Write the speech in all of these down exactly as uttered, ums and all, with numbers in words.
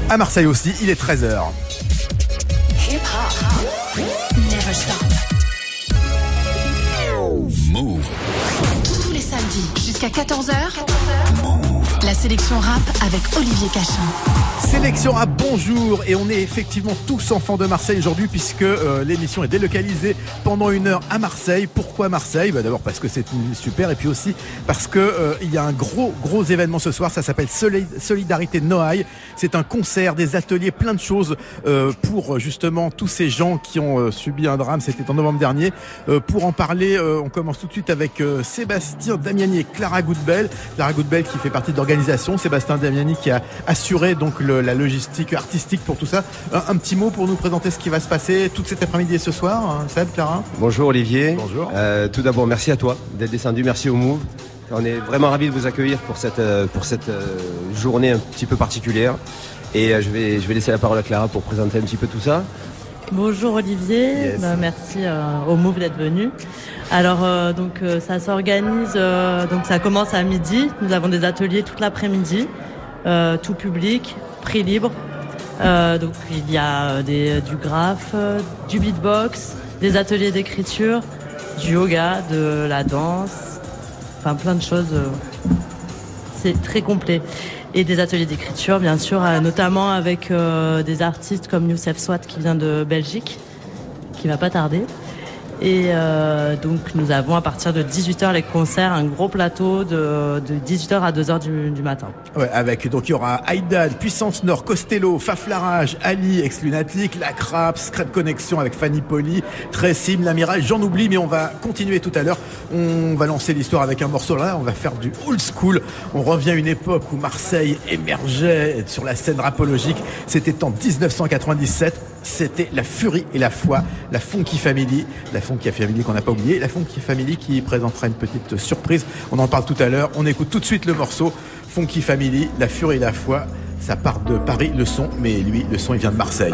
À Marseille aussi, il est treize heures. Hip hop, never stop. Move. Tous les samedis jusqu'à quatorze heures. La sélection rap avec Olivier Cachin. Sélection rap, bonjour. Et on est effectivement tous enfants de Marseille aujourd'hui puisque euh, l'émission est délocalisée pendant une heure à Marseille. Pourquoi Marseille ? Bah, d'abord parce que c'est une ville super et puis aussi parce que euh, il y a un gros gros événement ce soir. Ça s'appelle Solidarité Noailles. C'est un concert, des ateliers, plein de choses euh, pour justement tous ces gens qui ont euh, subi un drame. C'était en novembre dernier. Euh, pour en parler, euh, on commence tout de suite avec euh, Sébastien Damiani et Clara Goodbell. Clara Goodbell qui fait partie de l'organisation. Sébastien Damiani qui a assuré donc le, la logistique artistique pour tout ça. Un, un petit mot pour nous présenter ce qui va se passer tout cet après-midi et ce soir. Hein, Seb, Clara. Bonjour Olivier. Bonjour. Euh, tout d'abord, merci à toi d'être descendu. Merci au Move. On est vraiment ravis de vous accueillir pour cette, euh, pour cette euh, journée un petit peu particulière. Et euh, je vais, je vais laisser la parole à Clara pour présenter un petit peu tout ça. Bonjour Olivier, Yes. bah, merci euh, au Move d'être venu. Alors euh, donc euh, ça s'organise, euh, donc ça commence à midi. Nous avons des ateliers toute l'après-midi, euh, tout public, prix libre. Euh, donc il y a des, du graphe, du beatbox, des ateliers d'écriture, du yoga, de la danse, enfin plein de choses. Euh, c'est très complet. Et des ateliers d'écriture, bien sûr, euh, notamment avec euh, des artistes comme Youssef Swat qui vient de Belgique, qui va pas tarder. Et euh, donc nous avons à partir de dix-huit heures les concerts, un gros plateau de, de dix-huit heures à deux heures du, du matin. Ouais, avec donc il y aura Aïdad, Puissance Nord, Costello, Faflarage, Ali, Ex Lunatic, La Craps, Secret Connexion avec Fanny Poli, Tressim, L'Amiral, j'en oublie, mais on va continuer tout à l'heure. On va lancer l'histoire avec un morceau là, on va faire du old school. On revient à une époque où Marseille émergeait sur la scène rapologique. C'était en dix-neuf cent quatre-vingt-dix-sept. C'était La Furie et la Foi, la Funky Family, la Funky Family qu'on n'a pas oublié, la Funky Family qui présentera une petite surprise. On en parle tout à l'heure. On écoute tout de suite le morceau Funky Family, La Furie et la Foi. Ça part de Paris le son, mais lui le son il vient de Marseille.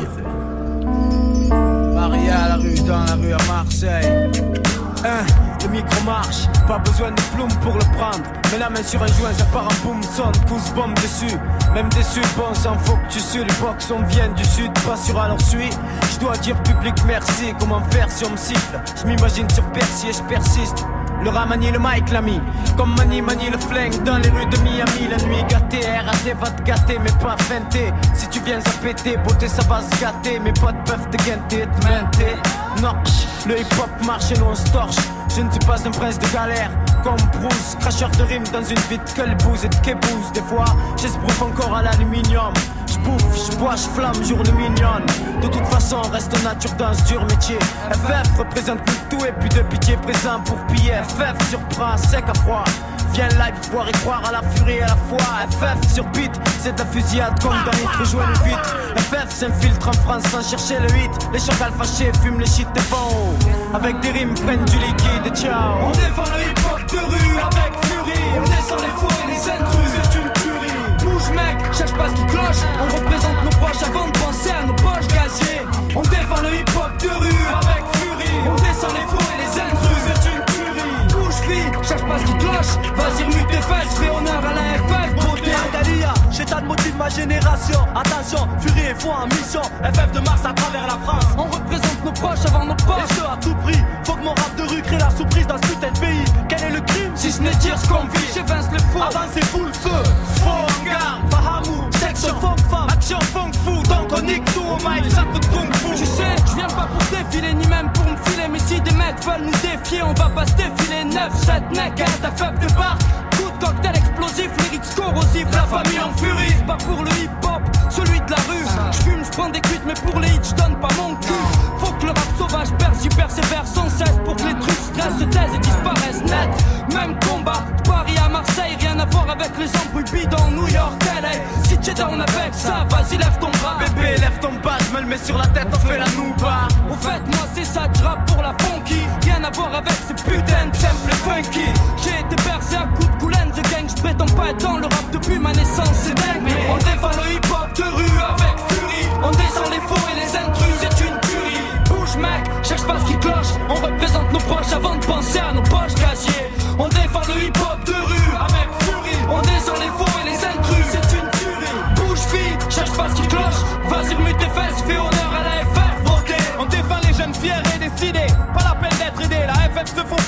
Paris à la rue, dans la rue à Marseille. Hein, le micro marche, pas besoin de plume pour le prendre. Mets la main sur un joint, ça part en boom, sonne, pouce bombe dessus. Même déçu, bon sang, faut que tu sues. Les box, on vient du sud, pas sûr alors suis. Je dois dire public merci, comment faire si on me siffle. Je m'imagine sur Percy et je persiste. Le rat manie le mic l'ami, comme Mani manie le flingue dans les rues de Miami. La nuit gâtée, R A T va te gâter mais pas feinter. Si tu viens à péter, beauté ça va se gâter. Mais pas de peuvent te guinter, te mainter. Notch, le hip hop marche et nous on se torche. Je ne suis pas un prince de galère, comme Bruce, cracheur de rimes dans une vie de quelle-bouse et de québouse. Des fois, j'esbrouffe encore à l'aluminium. J'bouffe, j'bois, j'flamme, journée mignonne. De toute façon, reste nature dans ce dur métier. F F représente le tout et puis de pitié présent pour piller. F F surprend, sec à froid. Viens live, voir et croire à la furie et à la foi. F F sur beat, c'est de la fusillade comme dans les trous, jouer le vite. F F s'infiltre en France sans chercher le hit. Les chacals fâchés fument les shit des faux. Avec des rimes prennent du liquide et ciao. On défend le hip hop de rue avec furie. On descend les fours et les intrus, c'est une tuerie. Bouge mec, cherche pas ce qui cloche. On représente nos proches avant de penser à nos poches gaziers. On défend le hip hop de rue avec furie. On descend les fours et les intrus, c'est une tuerie. Bouge fille, cherche pas ce qui cloche. Vas-y remue tes fesses, fais honneur à la F F, beauté. Dalia, j'ai tant de motifs ma génération. Attention, furie et foi en mission. F F de Mars à travers la France. On représente nos proches avant nos poches. Et ce à tout prix, faut que mon rap de rue crée la surprise dans ce putain de pays. Quel est le crime Si ce n'est dire ce qu'on vit, j'évince le fou. Avancez full feu, faux regard, fahamou, sexe, funk, femme, action, funk, fou. Donc on nique tout au mic, ça coûte kung fu. Tu sais, je viens pas pour défiler, ni même pour me filer. Mais si des mecs veulent nous défier, on va pas se défiler. Neuf, sept mecs, à ta faible de barre. Coup de cocktail explosif, lyrics corrosifs. La famille en furie, c'est pas pour le hip-hop, celui de la rue. J'fume, j'prends des cuites, mais pour les hits, j'donne pas mon cul. Faut que le rap sauvage perce, j'y persévère sans cesse. Pour que les trucs stressent, se taisent et disparaissent net. Même combat, de Paris à Marseille, rien à voir avec les embrouilles bidons New York, L A. Si t'es down avec ça, vas-y lève ton bras. Bébé lève ton bas, je me le mets sur la tête, on fait la nouba. Au fait moi c'est ça, je rappe pour la funky. Rien à voir avec ces putains de samples funky. J'ai été bercé à coups de coulaine, the gang. Je prétends pas être dans le rap depuis ma naissance, c'est dingue. Mais on défend le hip hop de rue avec furie. On descend les faux et les intrus, c'est une tuerie. Bouge mec, cherche pas ce qui cloche. On représente nos proches avant de penser à nos poches gaziers. On défend le hip hop de rue avec furie. On descend les faux et les intrus, c'est une tuerie. Bouge fille, cherche pas ce qui cloche.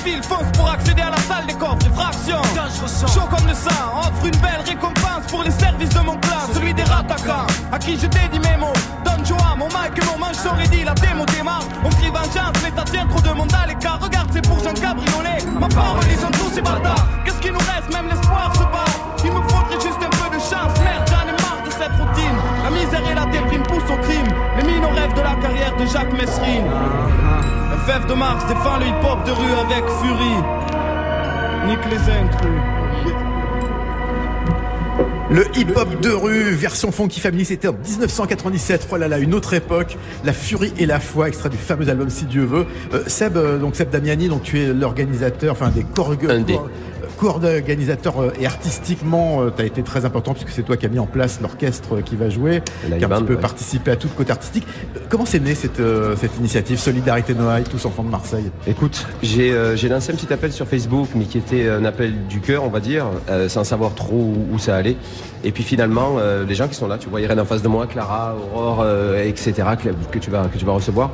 file, fonce pour accéder à la salle des coffres, effraction. Chaud comme le sang, offre une belle récompense pour les services de mon clan, celui des rattaquants, à qui je dédie mes mots. Donne joie, mon mic et mon manche sont ready, la démo démarre. On crie vengeance, mais t'as tiens trop de monde à l'écart. Regarde, c'est pour Jean Cabriolet, ma parole, ils sont tous ces bâtards. Qu'est-ce qu'il nous reste, même l'espoir se bat. Il me faudrait juste un peu de chance, merde, j'en ai marre de cette routine. La misère et la déprime poussent au crime. Les mines au rêve de la carrière de Jacques Messrine. F F de Mars défend le hip-hop de rue avec furie. Nique les intrus. Le hip-hop de rue, version Funky Family, c'était en dix-neuf cent quatre-vingt-dix-sept. Oh là là, une autre époque. La furie et la foi, extrait du fameux album Si Dieu veut. Euh, Seb, euh, donc Seb Damiani, donc tu es l'organisateur, enfin des corps, co-organisateur et artistiquement, euh, tu as été très important puisque c'est toi qui as mis en place l'orchestre qui va jouer, qui a un petit peu ouais. participé à tout le côté artistique. Comment c'est né cette, euh, cette initiative Solidarité Noailles, tous enfants de Marseille? Écoute, j'ai, euh, j'ai lancé un petit appel sur Facebook, mais qui était un appel du cœur, on va dire, euh, sans savoir trop où, où ça allait. Et puis finalement, euh, les gens qui sont là, tu vois Irène en face de moi, Clara, Aurore, euh, et cetera, que, que, tu vas, que tu vas recevoir,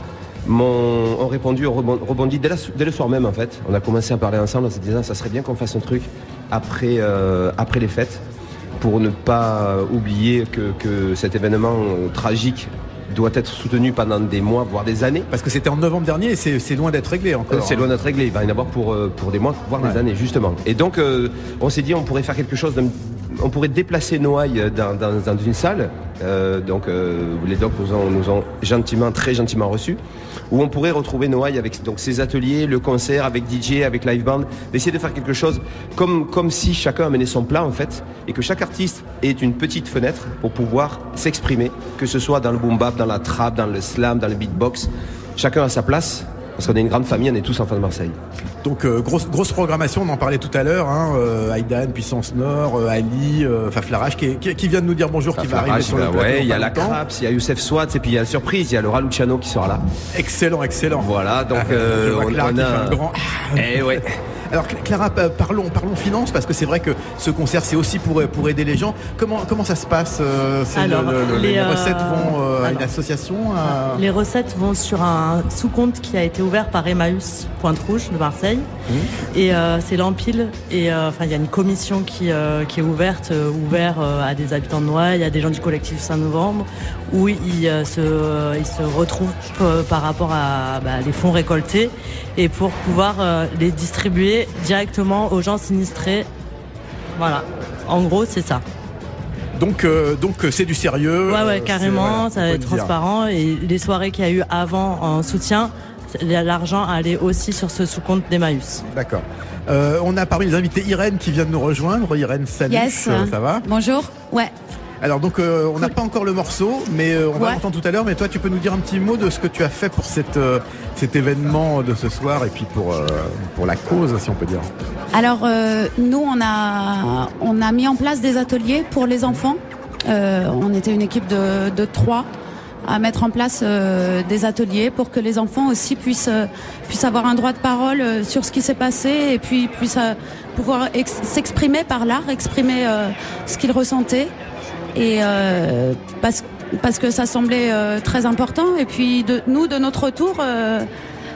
m'ont ont répondu, ont rebondi dès, la, dès le soir même en fait. On a commencé à parler ensemble en se disant ça serait bien qu'on fasse un truc après, euh, après les fêtes pour ne pas oublier que, que cet événement euh, tragique doit être soutenu pendant des mois, voire des années. Parce que c'était en novembre dernier et c'est, c'est loin d'être réglé encore. C'est hein. loin d'être réglé, il va y en avoir pour, pour des mois, voire ouais. des années justement. Et donc euh, on s'est dit on pourrait faire quelque chose, de, on pourrait déplacer Noailles dans, dans, dans une salle, euh, donc euh, les docs nous ont, nous ont gentiment, très gentiment reçus, où on pourrait retrouver Noailles avec donc, ses ateliers, le concert, avec D J, avec live band, d'essayer de faire quelque chose comme, comme si chacun amenait son plat en fait, et que chaque artiste ait une petite fenêtre pour pouvoir s'exprimer, que ce soit dans le boom bap, dans la trap, dans le slam, dans le beatbox, chacun a sa place. Parce qu'on est une grande famille, on est tous enfants de Marseille. Donc euh, grosse grosse programmation, on en parlait tout à l'heure. Hein, euh, Aïdan, Puissance Nord, euh, Ali, euh, Faflarage qui, qui, qui vient de nous dire bonjour, Faflarage, qui va arriver sur bah, le plateau. Ouais, il y a la Craps, il y a Youssef Swat, et puis il y a la surprise, il y a Laura Luciano qui sera là. Excellent, excellent. Voilà, donc ah, euh, on, Clara on qui a. fait un grand... Eh ouais. Alors Clara, parlons, parlons finances parce que c'est vrai que ce concert c'est aussi pour, pour aider les gens. Comment, comment ça se passe c'est alors, le, le, les, les recettes vont euh, alors, à une association à... Les recettes vont sur un sous-compte qui a été ouvert par Emmaüs Pointe Rouge de Marseille. Mmh. Et euh, c'est l'Empile. Et euh, enfin, il y a une commission qui, euh, qui est ouverte, euh, ouverte euh, à des habitants de Noailles, à des gens du collectif Saint-Novembre, où ils, euh, se, euh, ils se retrouvent euh, par rapport à bah, les fonds récoltés et pour pouvoir euh, les distribuer directement aux gens sinistrés. Voilà. En gros, c'est ça. Donc, euh, donc c'est du sérieux. Ouais, ouais, carrément. Voilà, ça va être transparent. Et les soirées qu'il y a eu avant en soutien, l'argent allait aussi sur ce sous-compte d'Emmaüs. D'accord. Euh, on a parmi les invités Irène qui vient de nous rejoindre. Irène, salut. Yes. Euh, ça va? Bonjour. Ouais. Alors donc euh, on n'a cool. pas encore le morceau, mais euh, on va ouais. l'entendre tout à l'heure. Mais toi, tu peux nous dire un petit mot de ce que tu as fait pour cette, euh, cet événement de ce soir et puis pour euh, pour la cause, si on peut dire. Alors euh, nous, on a on a mis en place des ateliers pour les enfants. Euh, on était une équipe de, de trois à mettre en place euh, des ateliers pour que les enfants aussi puissent euh, puissent avoir un droit de parole euh, sur ce qui s'est passé et puis puissent euh, pouvoir ex- s'exprimer par l'art, exprimer euh, ce qu'ils ressentaient. Et euh, parce, parce que ça semblait euh, très important. Et puis de, nous, de notre tour, euh,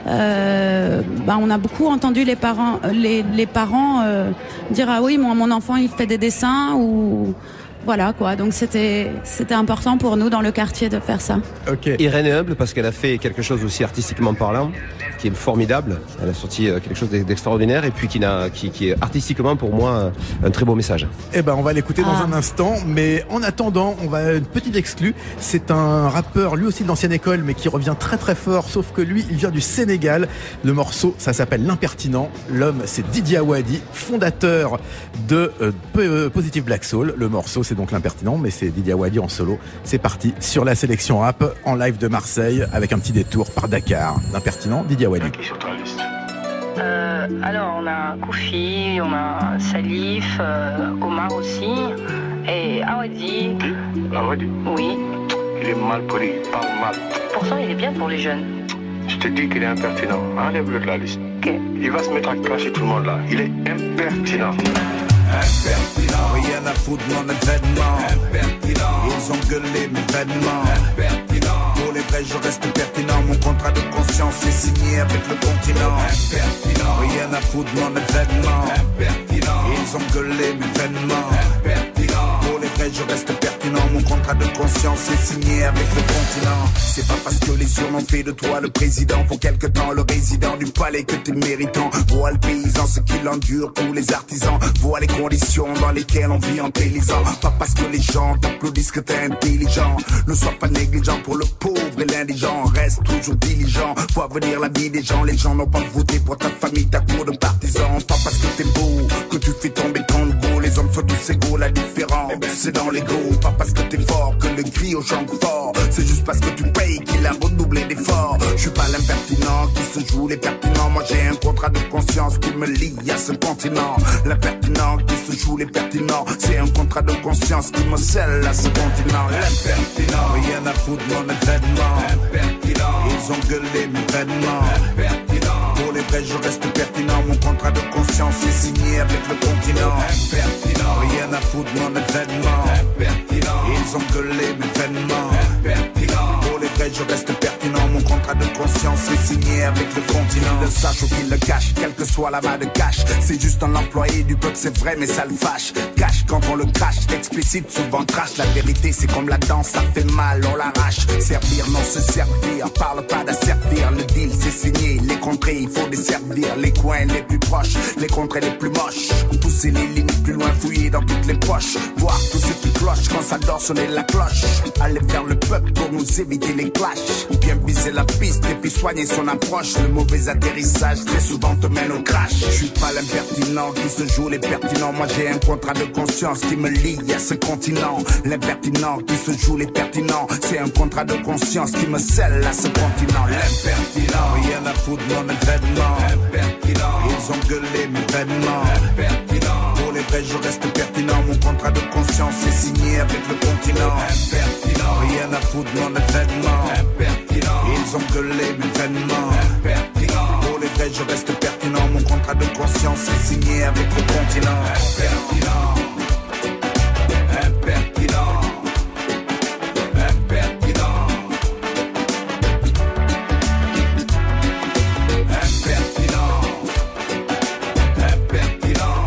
euh, bah, on a beaucoup entendu les parents, les, les parents euh, dire ah oui, mon, mon enfant il fait des dessins ou voilà quoi. Donc c'était c'était important pour nous dans le quartier de faire ça. Ok. Irène est humble parce qu'elle a fait quelque chose aussi artistiquement parlant, qui est formidable. Elle a sorti quelque chose d'extraordinaire et puis qui, n'a, qui, qui est artistiquement pour moi un très beau message. Eh ben on va l'écouter dans ah. un instant, mais en attendant, on va une petite exclue. C'est un rappeur, lui aussi de l'ancienne école, mais qui revient très très fort. Sauf que lui, il vient du Sénégal. Le morceau, ça s'appelle L'Impertinent. L'homme, c'est Didier Awadi, fondateur de euh, Positive Black Soul. Le morceau, c'est donc L'Impertinent, mais c'est Didier Awadi en solo. C'est parti sur la sélection rap en live de Marseille avec un petit détour par Dakar. L'Impertinent, Didier Awadi. Qui sur ta liste euh, Alors on a Koufi, on a Salif, euh, Omar aussi et Awadi. Qui Awadi? Oui. Il est mal pris, pas mal. Pourtant il est bien pour les jeunes. Je te dis qu'il est impertinent. Enlève-le de la liste. Ok. Il va se mettre à clasher tout le monde là. Il est impertinent. Impertinent. Rien à foutre de mon événement. Impertinent. Ils ont gueulé mes vêtements. Impertinent. Pour les vrais, je reste pertinent. Mon contrat de conscience est signé avec le continent. Impertinent. Rien à foutre de mon événement. Impertinent. Ils ont gueulé mes vêtements. Impertinent. Pour les vrais, je reste pertinent. Mon contrat de conscience est signé avec le continent. C'est pas parce que les surnoms fait de toi le président pour quelque temps le résident du palais que t'es méritant. Vois le paysan, ce qu'il endure pour les artisans. Vois les conditions dans lesquelles on vit en paysan. Pas parce que les gens t'applaudissent que t'es intelligent. Ne sois pas négligent pour le pauvre et l'indigent. Reste toujours diligent. Vois venir la vie des gens. Les gens n'ont pas voté pour ta famille, ta cour de partisans. Pas parce que t'es beau que tu fais tomber ton go. Les hommes sont tous égaux, la différence c'est dans l'ego. Pas parce que t'es fort que le cri aux gens fort. C'est juste parce que tu payes qu'il a redoublé d'efforts. Je suis pas l'impertinent qui se joue les pertinents. Moi j'ai un contrat de conscience qui me lie à ce continent. L'impertinent qui se joue les pertinents. C'est un contrat de conscience qui me scelle à ce continent. L'impertinent, rien à foutre de mon événement. Impertinent, ils ont gueulé mes vêtements. Impertinent, pour les vrais je reste pertinent. Mon contrat de conscience est signé avec le continent. Impertinent, rien à foutre de mon événement. Impertinent, ils ont gueulé mes vêtements. Impertinent, pour les vrais je reste pertinent. Mon contrat de conscience est signé avec le continent. Le sache ou qu'il le cache, quelle que soit la main de cash. C'est juste un employé du peuple, c'est vrai mais ça le fâche. Cache quand on le crache, explicite souvent trash. La vérité c'est comme la danse, ça fait mal, on l'arrache. Servir, non se servir, parle pas d'asservir. Le deal c'est signé, les contrées il faut desservir. Les coins les plus proches, les contrées les plus moches. Pousser les limites plus loin, fouiller dans toutes les poches. Voir tout ce qui cloche quand ça dort sonner la cloche. Aller vers le peuple pour nous éviter les clashs. Bien viser la piste et puis soigner son approche. Le mauvais atterrissage très souvent te mène au crash. Je suis pas l'impertinent qui se joue les pertinents. Moi j'ai un contrat de conscience qui me lie à ce continent. L'impertinent qui se joue les pertinents. C'est un contrat de conscience qui me scelle à ce continent. L'impertinent, rien à foutre de mon événement. Impertinent, ils ont gueulé mes vêtements. Impertinent, pour les vrais je reste pertinent. Mon contrat de conscience est signé avec le continent. Impertinent, rien à foutre de mon événement. Impertinent, ils ont gueulé mes vêtements. Impertinent, pour les vrais je reste pertinent. Mon contrat de conscience est signé avec le continent. Impertinent, impertinent, impertinent, impertinent, impertinent,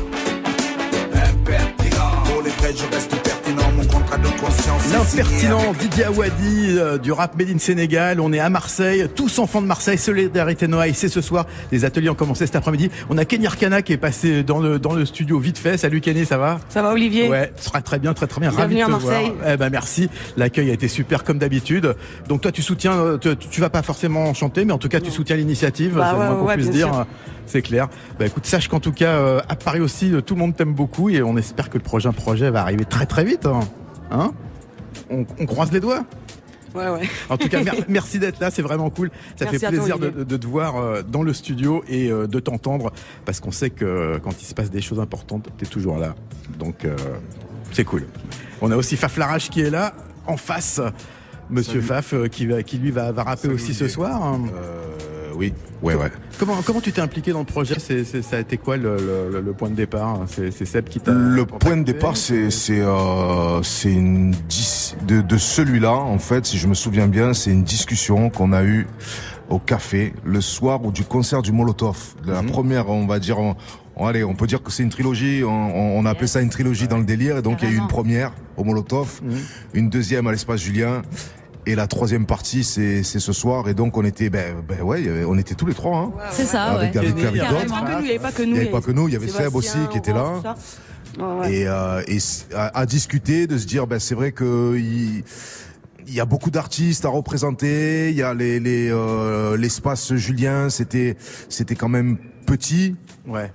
impertinent. Pour les vrais je reste pertinent. Mon contrat de conscience est signé. L'impertinent Didier Awadi euh, du rap Made in Sénégal. On est à Marseille, tous enfants de Marseille. Solidarité Noailles, c'est ce soir. Les ateliers ont commencé cet après-midi. On a Kenny Arcana qui est passé dans le dans le studio vite fait. Salut Kenny, ça va? Ça va Olivier? Ouais, ça sera très bien, très très bien. Bienvenue Ravi de à te Marseille. voir. Eh ben merci. L'accueil a été super comme d'habitude. Donc toi tu soutiens, tu, tu vas pas forcément chanter, mais en tout cas tu soutiens l'initiative. Bah c'est ouais, le moins qu'on ouais, puisse bien dire. sûr. C'est clair. Bah écoute, sache qu'en tout cas euh, à Paris aussi, euh, tout le monde t'aime beaucoup et on espère que le prochain projet va arriver très très vite. Hein, hein on, on croise les doigts. Ouais, ouais. En tout cas, mer- merci d'être là, c'est vraiment cool. Ça Merci fait à toi, plaisir de, Olivier. de, de te voir euh, dans le studio et euh, de t'entendre parce qu'on sait que euh, quand il se passe des choses importantes, t'es toujours là. Donc, euh, c'est cool. On a aussi Faf Larache qui est là, en face. Monsieur Salut. Faf, euh, qui, va, qui lui va, va rapper Salut, aussi Olivier. ce soir. hein. Euh, oui, ouais, ouais. Comment, comment tu t'es impliqué dans le projet? c'est, c'est, Ça a été quoi le, le, le point de départ? C'est, c'est Seb qui t'a Le contacté? point de départ, c'est c'est euh, c'est une dis- de, de celui-là en fait, si je me souviens bien, c'est une discussion qu'on a eue au café le soir ou du concert du Molotov. La Mhm. première, on va dire, on, on- allez, on peut dire que c'est une trilogie. On, on, on a appelé ça une trilogie dans le délire. Et donc il y a eu une première au Molotov, Mhm. une deuxième à l'espace Julien. Et la troisième partie, c'est c'est ce soir. Et donc on était, ben, ben ouais, on était tous les trois. Hein. C'est ça, Avec, ouais. avec, avec d'autres. Carrément. Il n'y avait pas que nous. Il n'y avait pas que nous, il y avait Seb Sébastien, aussi qui était là. Aurore, tout ça. Ouais, ouais. Et, euh, et s- à, à discuter, de se dire, ben c'est vrai que il, il y a beaucoup d'artistes à représenter. Il y a les les euh, l'espace Julien, c'était c'était quand même petit. Ouais.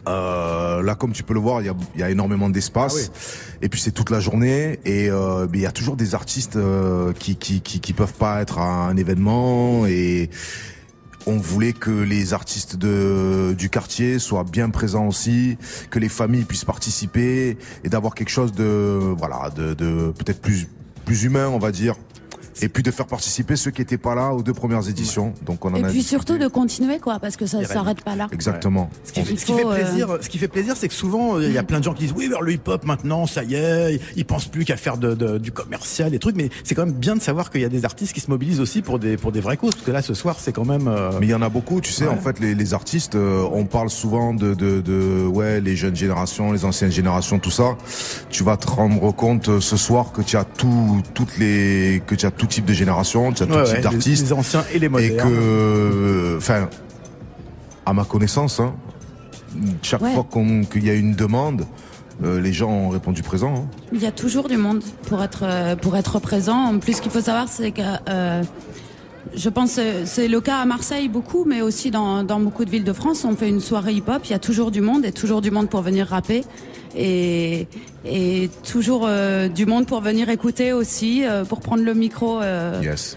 Euh, là, comme tu peux le voir, il y a, il y a énormément d'espace. Ah Et puis c'est toute la journée. Et euh, mais il y a toujours des artistes euh, qui, qui qui qui peuvent pas être à un événement. Et on voulait que les artistes de du quartier soient bien présents aussi, que les familles puissent participer et d'avoir quelque chose de voilà de, de peut-être plus plus humain, on va dire. Et puis de faire participer ceux qui étaient pas là aux deux premières éditions. Ouais. Donc on en et a puis discuté. surtout de continuer, quoi, parce que ça ne s'arrête pas là. Exactement. Ouais. Ce, qui, ce, qui fait plaisir, euh... ce qui fait plaisir, c'est que souvent il y a plein de gens qui disent oui, vers le hip-hop maintenant, ça y est, ils pensent plus qu'à faire de, de, du commercial, des trucs. Mais c'est quand même bien de savoir qu'il y a des artistes qui se mobilisent aussi pour des pour des vraies causes. Parce que là, ce soir, c'est quand même. Euh... Mais il y en a beaucoup, tu sais. Ouais. En fait, les, les artistes, euh, on parle souvent de, de de ouais, les jeunes générations, les anciennes générations, tout ça. Tu vas te rendre compte euh, ce soir que tu as tout toutes les que tu as tout type de génération, tu as tout ouais, type ouais, d'artistes, les, les anciens et les modernes. Et que, enfin, euh, à ma connaissance, hein, chaque ouais. fois qu'on qu'il y a une demande. Euh, les gens ont répondu présent. Hein. Il y a toujours du monde pour être euh, pour être présent. En plus, ce qu'il faut savoir, c'est que euh, je pense que c'est le cas à Marseille beaucoup, mais aussi dans dans beaucoup de villes de France. On fait une soirée hip-hop, il y a toujours du monde et toujours du monde pour venir rapper et et toujours euh, du monde pour venir écouter aussi, euh, pour prendre le micro. Euh, yes.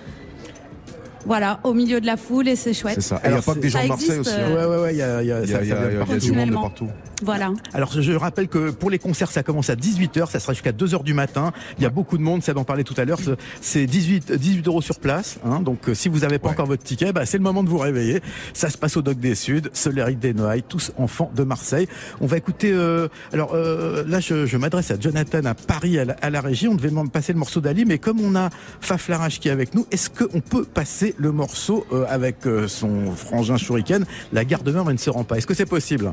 Voilà, au milieu de la foule et c'est chouette. C'est ça. Et il n'y a pas que des gens de Marseille aussi. Hein. Ouais, ouais, ouais, il y a, il y a, il y a, ça, il y a, ça il y a, il y a du monde de partout. Voilà. Alors, je rappelle que pour les concerts, ça commence à dix-huit heures, ça sera jusqu'à deux heures du matin. Il y a beaucoup de monde, ça d'en parler tout à l'heure. C'est dix-huit, dix-huit euros sur place, hein. Donc, si vous n'avez pas ouais. encore votre ticket, bah, c'est le moment de vous réveiller. Ça se passe au Dock des Suds, Solidarité Noailles, tous enfants de Marseille. On va écouter, euh, alors, euh, là, je, je m'adresse à Jonathan à Paris, à la, à la régie. On devait passer le morceau d'Ali, mais comme on a Faf Larage qui est avec nous, est-ce qu'on peut passer le morceau euh, avec euh, son frangin Shuriken, La Gare de Meur ne se rend pas? Est-ce que c'est possible?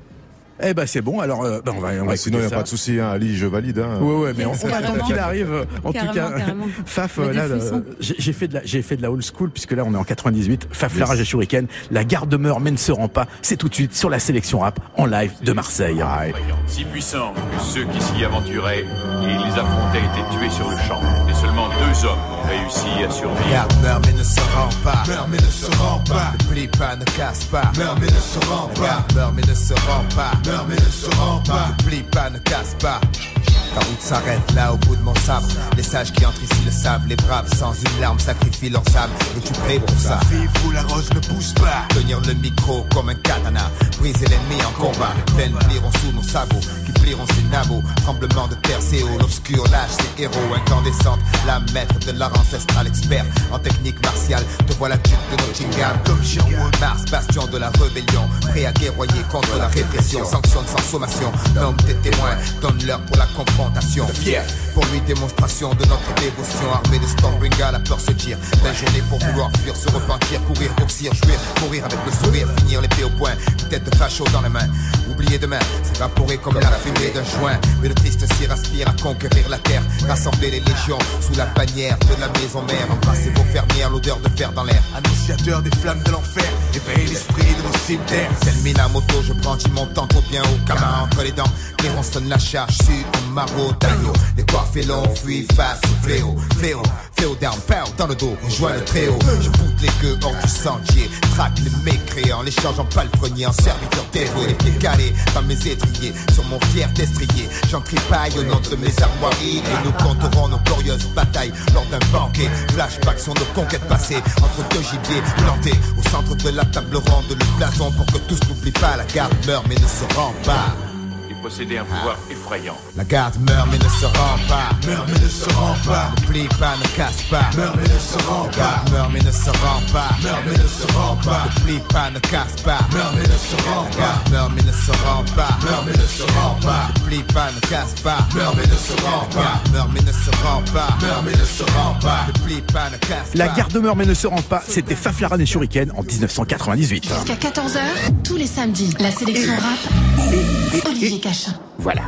Eh ben c'est bon, alors euh, ben on va, on va ah, sinon il n'y a ça. pas de souci, hein, Ali, je valide. Hein. Ouais ouais, mais on, on attend qu'il arrive. En carrément, tout cas, carrément. Faf, là, j'ai fait de la, j'ai fait de la old school puisque là on est en quatre-vingt-dix-huit. Faf, Larage et Shuriken, La Gare de Meur mais ne se rend pas. C'est tout de suite sur la sélection rap en live de Marseille. Ah, si puissants que ceux qui s'y aventuraient et ils les affrontaient étaient tués sur le champ. Et seulement deux hommes ont réussi à survivre. La Gare meurt mais ne se rend pas. Meurt mais ne se rend pas. Ne plie pas, ne casse pas. Meurt mais ne se rend pas. La Gare meurt mais ne se rend pas. Meurt mais ne se rend pas. Ne plie pas, ne casse pas. La route s'arrête là au bout de mon sabre. Les sages qui entrent ici le savent. Les braves sans une larme sacrifient leurs âmes. Es-tu prêt pour ça? Vive où la rose ne pousse pas. Tenir le micro comme un katana. Briser l'ennemi en combat. Les plaines plieront sous nos sabots. Qui plieront ses nabots. Tremblement de terre, c'est haut. L'obscur lâche ses héros incandescentes. La maître de l'art ancestral expert en technique martiale. Te voilà duc de Nottingham. Comme Sherwood, Mars, bastion de la rébellion. Prêt à guerroyer contre la répression. Sanctionne sans sommation. Nomme tes témoins. Donne-leur pour la confrontation. Fier pour lui, démonstration de notre dévotion. Armée de Stormbringer, la peur se tire. L'ingénié pour vouloir fuir, se repentir, courir, boxir, jouir, courir avec le sourire, finir l'épée au poing, une tête de facho dans les mains. Oublier demain, s'évaporer comme la fumée d'un joint. Mais le triste s'y aspire à conquérir la terre. Rassembler les légions sous la bannière de la maison mère. Embrasser vos fermières, l'odeur de fer dans l'air. Annonciateur des flammes de l'enfer, éveille l'esprit de nos cimetières. Tel Minamoto, je brandis mon tantôt bien haut. Camin entre les dents, Cléron sonne la charge sur un maraud d'agneau. Les coiffés longs fuient face au fléau. Fléau, fléau down, pow dans le dos, rejoins le tréau. Je boute les gueux hors du sentier. Traque les mécréants, les change en palefrenier, en serviteur dévoué. Les pieds calés dans mes étriers, sur mon fier destrier. J'en tripaille au nom de mes armoiries. Et nous compterons nos glorieuses batailles lors d'un banquet. Flashback sur nos conquêtes passées, entre deux gibiers plantés. Au centre de la table ronde, le blason pour que tous n'oublient pas. La garde meurt mais ne se rend pas. Posséder un pouvoir effrayant. La garde meurt mais ne se rend pas. Meurt mais ne se rend pas. Ne plie pas, ne casse pas. Meurt mais ne se rend pas. Meurt mais ne se rend pas. Meurt mais ne se rend pas. Ne plie pas, ne casse pas. Meurt mais ne se rend pas. Meurt mais ne se rend pas. Meurt mais ne se rend pas. Ne plie pas, ne casse pas. Meurt mais ne se rend pas. Meurt mais ne se rend pas. Meurt mais ne se rend pas. Ne plie pas, ne casse pas. La Gare de Meur mais ne se rend pas. C'était Faf Larage et Shuriken en dix-neuf cent quatre-vingt-dix-huit. Jusqu'à quatorze heures, tous les samedis, la sélection rap. Et, et, Olivier Cachin. Voilà.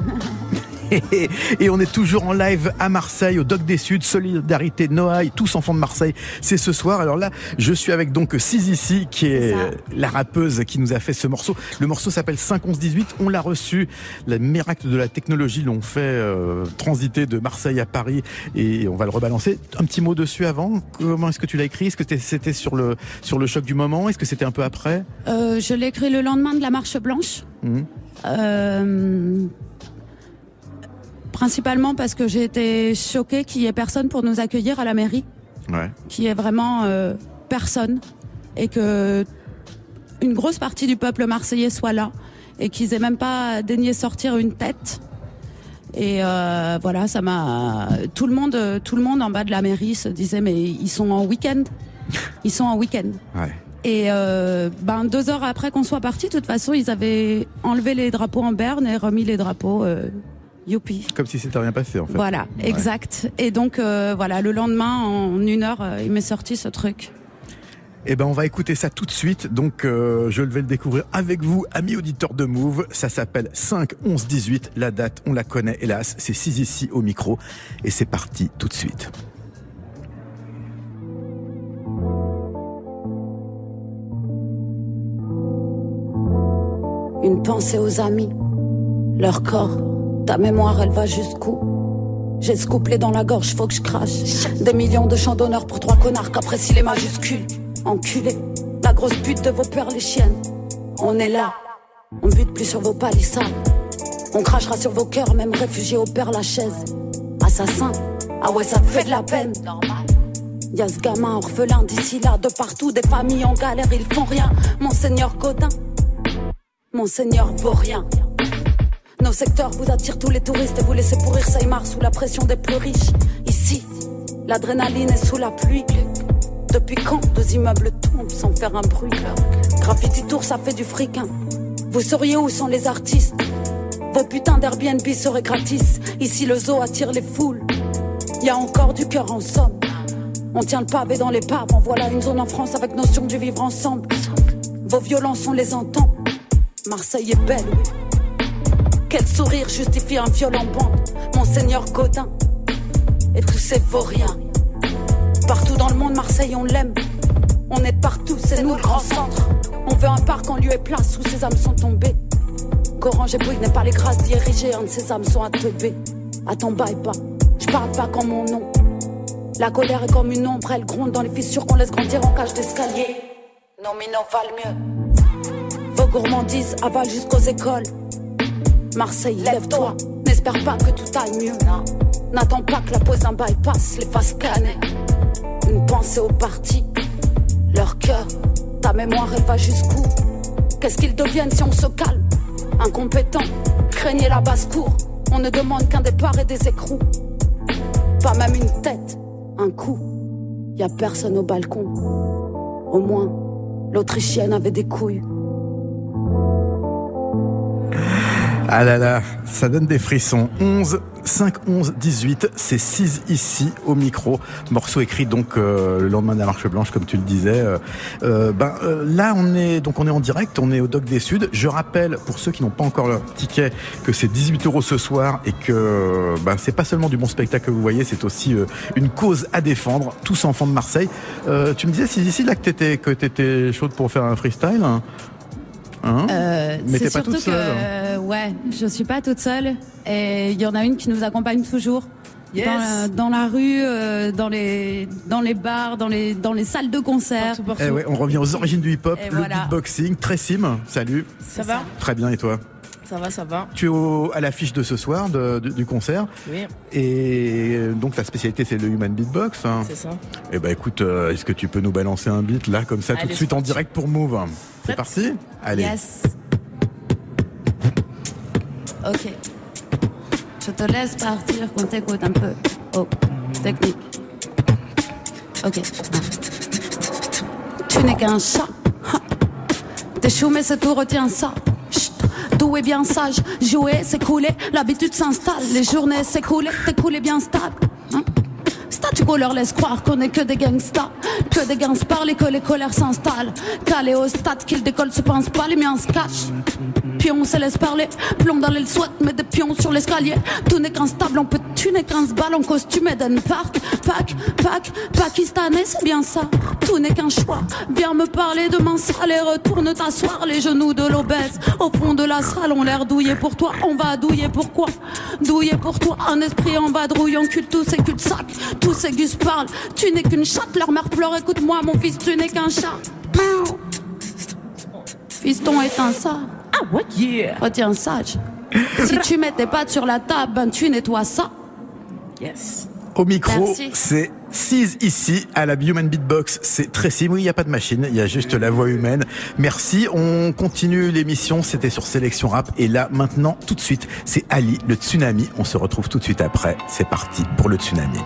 Et on est toujours en live à Marseille, au Dock des Suds, Solidarité Noailles, tous enfants de Marseille. C'est ce soir. Alors là, je suis avec donc Sizici, qui est la rappeuse qui nous a fait ce morceau. Le morceau s'appelle cinq onze dix-huit. On l'a reçu. Les miracles de la technologie l'ont fait euh, transiter de Marseille à Paris et on va le rebalancer. Un petit mot dessus avant. Comment est-ce que tu l'as écrit? Est-ce que c'était sur le, sur le choc du moment? Est-ce que c'était un peu après? euh, Je l'ai écrit le lendemain de la Marche Blanche. Mmh. Euh... Principalement parce que j'ai été choquée qu'il n'y ait personne pour nous accueillir à la mairie. Ouais. Qu'il n'y ait vraiment euh, personne. Et que une grosse partie du peuple marseillais soit là. Et qu'ils aient même pas daigné sortir une tête. Et euh, voilà, ça m'a. Tout le monde, tout le monde en bas de la mairie se disait mais ils sont en week-end, ils sont en week-end. Ouais. Et euh, ben deux heures après qu'on soit parti, de toute façon, ils avaient enlevé les drapeaux en berne et remis les drapeaux. Euh, Youpi. Comme si c'était rien passé en fait. Voilà, ouais. Exact. Et donc euh, voilà, le lendemain, en une heure, euh, il m'est sorti ce truc. Eh ben, on va écouter ça tout de suite. Donc, euh, je vais le découvrir avec vous, amis auditeurs de Move. Ça s'appelle cinq onze dix-huit. La date, on la connaît, hélas. C'est six ici au micro. Et c'est parti tout de suite. Une pensée aux amis, leur corps, ta mémoire, elle va jusqu'où? J'ai ce couplet dans la gorge, faut que je crache. Des millions de chants d'honneur pour trois connards qu'apprécient les majuscules. Enculés, la grosse pute de vos peurs les chiennes. On est là, on bute plus sur vos palissades. On crachera sur vos cœurs, même réfugiés au Père Lachaise. Assassin, ah ouais ça te fait de la peine. Y'a ce gamin orphelin d'ici là, de partout, des familles en galère, ils font rien. Monseigneur Godin, Monseigneur vaut rien. Nos secteurs vous attirent tous les touristes et vous laissez pourrir Saïmar sous la pression des plus riches. Ici, l'adrénaline est sous la pluie. Depuis quand deux immeubles tombent sans faire un bruit? Graffiti Tour, ça fait du fric, hein. Vous seriez où sans les artistes? Vos putains d'Airbnb seraient gratis. Ici le zoo attire les foules. Y a encore du cœur en somme. On tient le pavé dans les paves. En voilà une zone en France avec notion du vivre ensemble. Vos violences on les entend. Marseille est belle, oui. Quel sourire justifie un viol en bande? Monseigneur Godin et tous ces vauriens. Partout dans le monde, Marseille, on l'aime. On est partout, c'est nous le grand centre. On veut un parc en lieu et place où ces âmes sont tombées. Qu'Orange et Bouygues n'aient pas les grâces d'y ériger un de ces âmes sont à teubé. Attends, baille pas, je parle pas comme mon nom. La colère est comme une ombre, elle gronde dans les fissures qu'on laisse grandir en cage d'escalier. Nos minots valent mieux. Vos gourmandises avalent jusqu'aux écoles. Marseille, lève-toi, n'espère pas que tout aille mieux. N'attends pas que la pose d'un bypass les fasse canner. Une pensée au parti, leur cœur, ta mémoire elle va jusqu'où? Qu'est-ce qu'ils deviennent si on se calme? Incompétents, craignez la basse-cour. On ne demande qu'un départ et des écrous. Pas même une tête, un coup. Y a personne au balcon. Au moins, l'Autrichienne avait des couilles. Ah là là, ça donne des frissons. onze, cinq, onze, dix-huit, c'est six ici au micro. Morceau écrit donc euh, le lendemain de la Marche Blanche, comme tu le disais. Euh, euh, ben euh, là, on est donc on est en direct, on est au Doc des Suds. Je rappelle pour ceux qui n'ont pas encore leur ticket que c'est dix-huit euros ce soir et que ben c'est pas seulement du bon spectacle que vous voyez, c'est aussi euh, une cause à défendre. Tous enfants de Marseille. Euh, tu me disais six ici là que t'étais que t'étais chaude pour faire un freestyle. Hein Hein euh, mais t'es pas surtout toute seule. Que, euh, ouais, je suis pas toute seule. Et il y en a une qui nous accompagne toujours. Yes. Dans, la, dans la rue, euh, dans les dans les bars, dans les dans les salles de concert. Partout, partout. Eh ouais, on revient aux origines du hip-hop, et le voilà. beatboxing. Tressim, salut. Ça va? Très bien, et toi? Ça va, ça va. Tu es au, à l'affiche de ce soir de, de, du concert. Oui. Et donc ta spécialité c'est le human beatbox. Hein. C'est ça. Eh ben écoute, euh, est-ce que tu peux nous balancer un beat là comme ça Allez, tout de suite en direct pour Move? C'est parti? Allez. Yes. Ok. Je te laisse partir qu'on t'écoute un peu. Oh, technique. Ok. Tu n'es qu'un chat. T'es chou mais c'est tout, retiens ça. Chut. Tout est bien sage, jouer, s'écouler, l'habitude s'installe, les journées s'écoulent, t'écouler bien stable. Hein? Statu quo leur laisse croire qu'on est que des gangsters, que des gangs parlent et que les colères s'installent. Calé au stade qu'ils décollent se pensent pas, les miens se cachent. Puis on se laisse parler, plomb dans l'aile souhaite, mais des pions sur l'escalier. Tout n'est qu'instable, on peut tuer quinze balles en costume Eden Park. Pac, pac, pakistanais, c'est bien ça. Tout n'est qu'un choix. Viens me parler demain sale et retourne t'asseoir. Les genoux de l'obèse au fond de la salle ont l'air douillés pour toi. On va douiller pourquoi? Douiller pour toi. Un esprit en vadrouille, encule tous ces cul-de-sac. Tous ces gus parlent. Tu n'es qu'une chatte, leur mère pleure. Écoute-moi, mon fils, tu n'es qu'un chat. Miaou. Fiston est un ça. Ah ouais, yeah. Retiens sage. Si tu mets tes pattes sur la table, ben tu nettoies ça. Yes. Au micro, Merci. c'est Seize ici à la Human Beatbox, c'est très simple, oui, il n'y a pas de machine, il y a juste la voix humaine. Merci, on continue l'émission, c'était sur Sélection Rap et là maintenant tout de suite c'est Ali, le Tsunami, on se retrouve tout de suite après, c'est parti pour le Tsunami.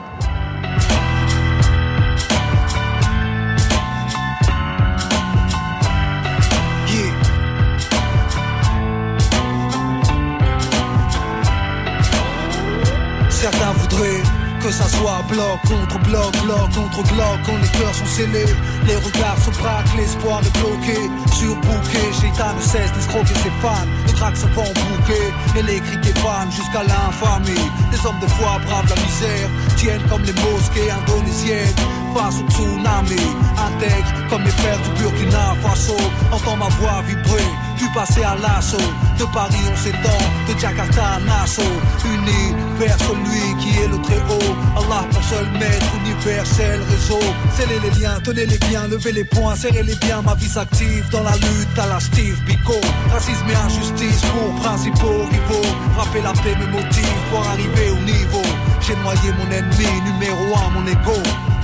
Certains voudraient que ça soit bloc contre bloc, bloc contre bloc, quand les cœurs sont scellés, les regards se braquent, l'espoir est bloqué, surbooké, Shaitan ne cesse d'escroquer ses fans, les tracks se font bouquer, et les cris défannent jusqu'à l'infamie, les hommes de foi bravent la misère, tiennent comme les mosquées indonésiennes, face au tsunami, intègre comme les frères du Burkina Faso, entends ma voix vibrer, puis passer à l'assaut, de Paris on s'étend, de Jakarta à Nassau, unis vers celui qui est le très haut, Allah pour seul maître, universel réseau, scellez les liens, tenez-les bien, levez les poings, serrez-les bien, ma vie s'active dans la lutte à la Steve Biko, racisme et injustice pour principaux rivaux, rapper la paix me motive pour arriver au niveau, j'ai noyé mon ennemi, numéro un, mon ego.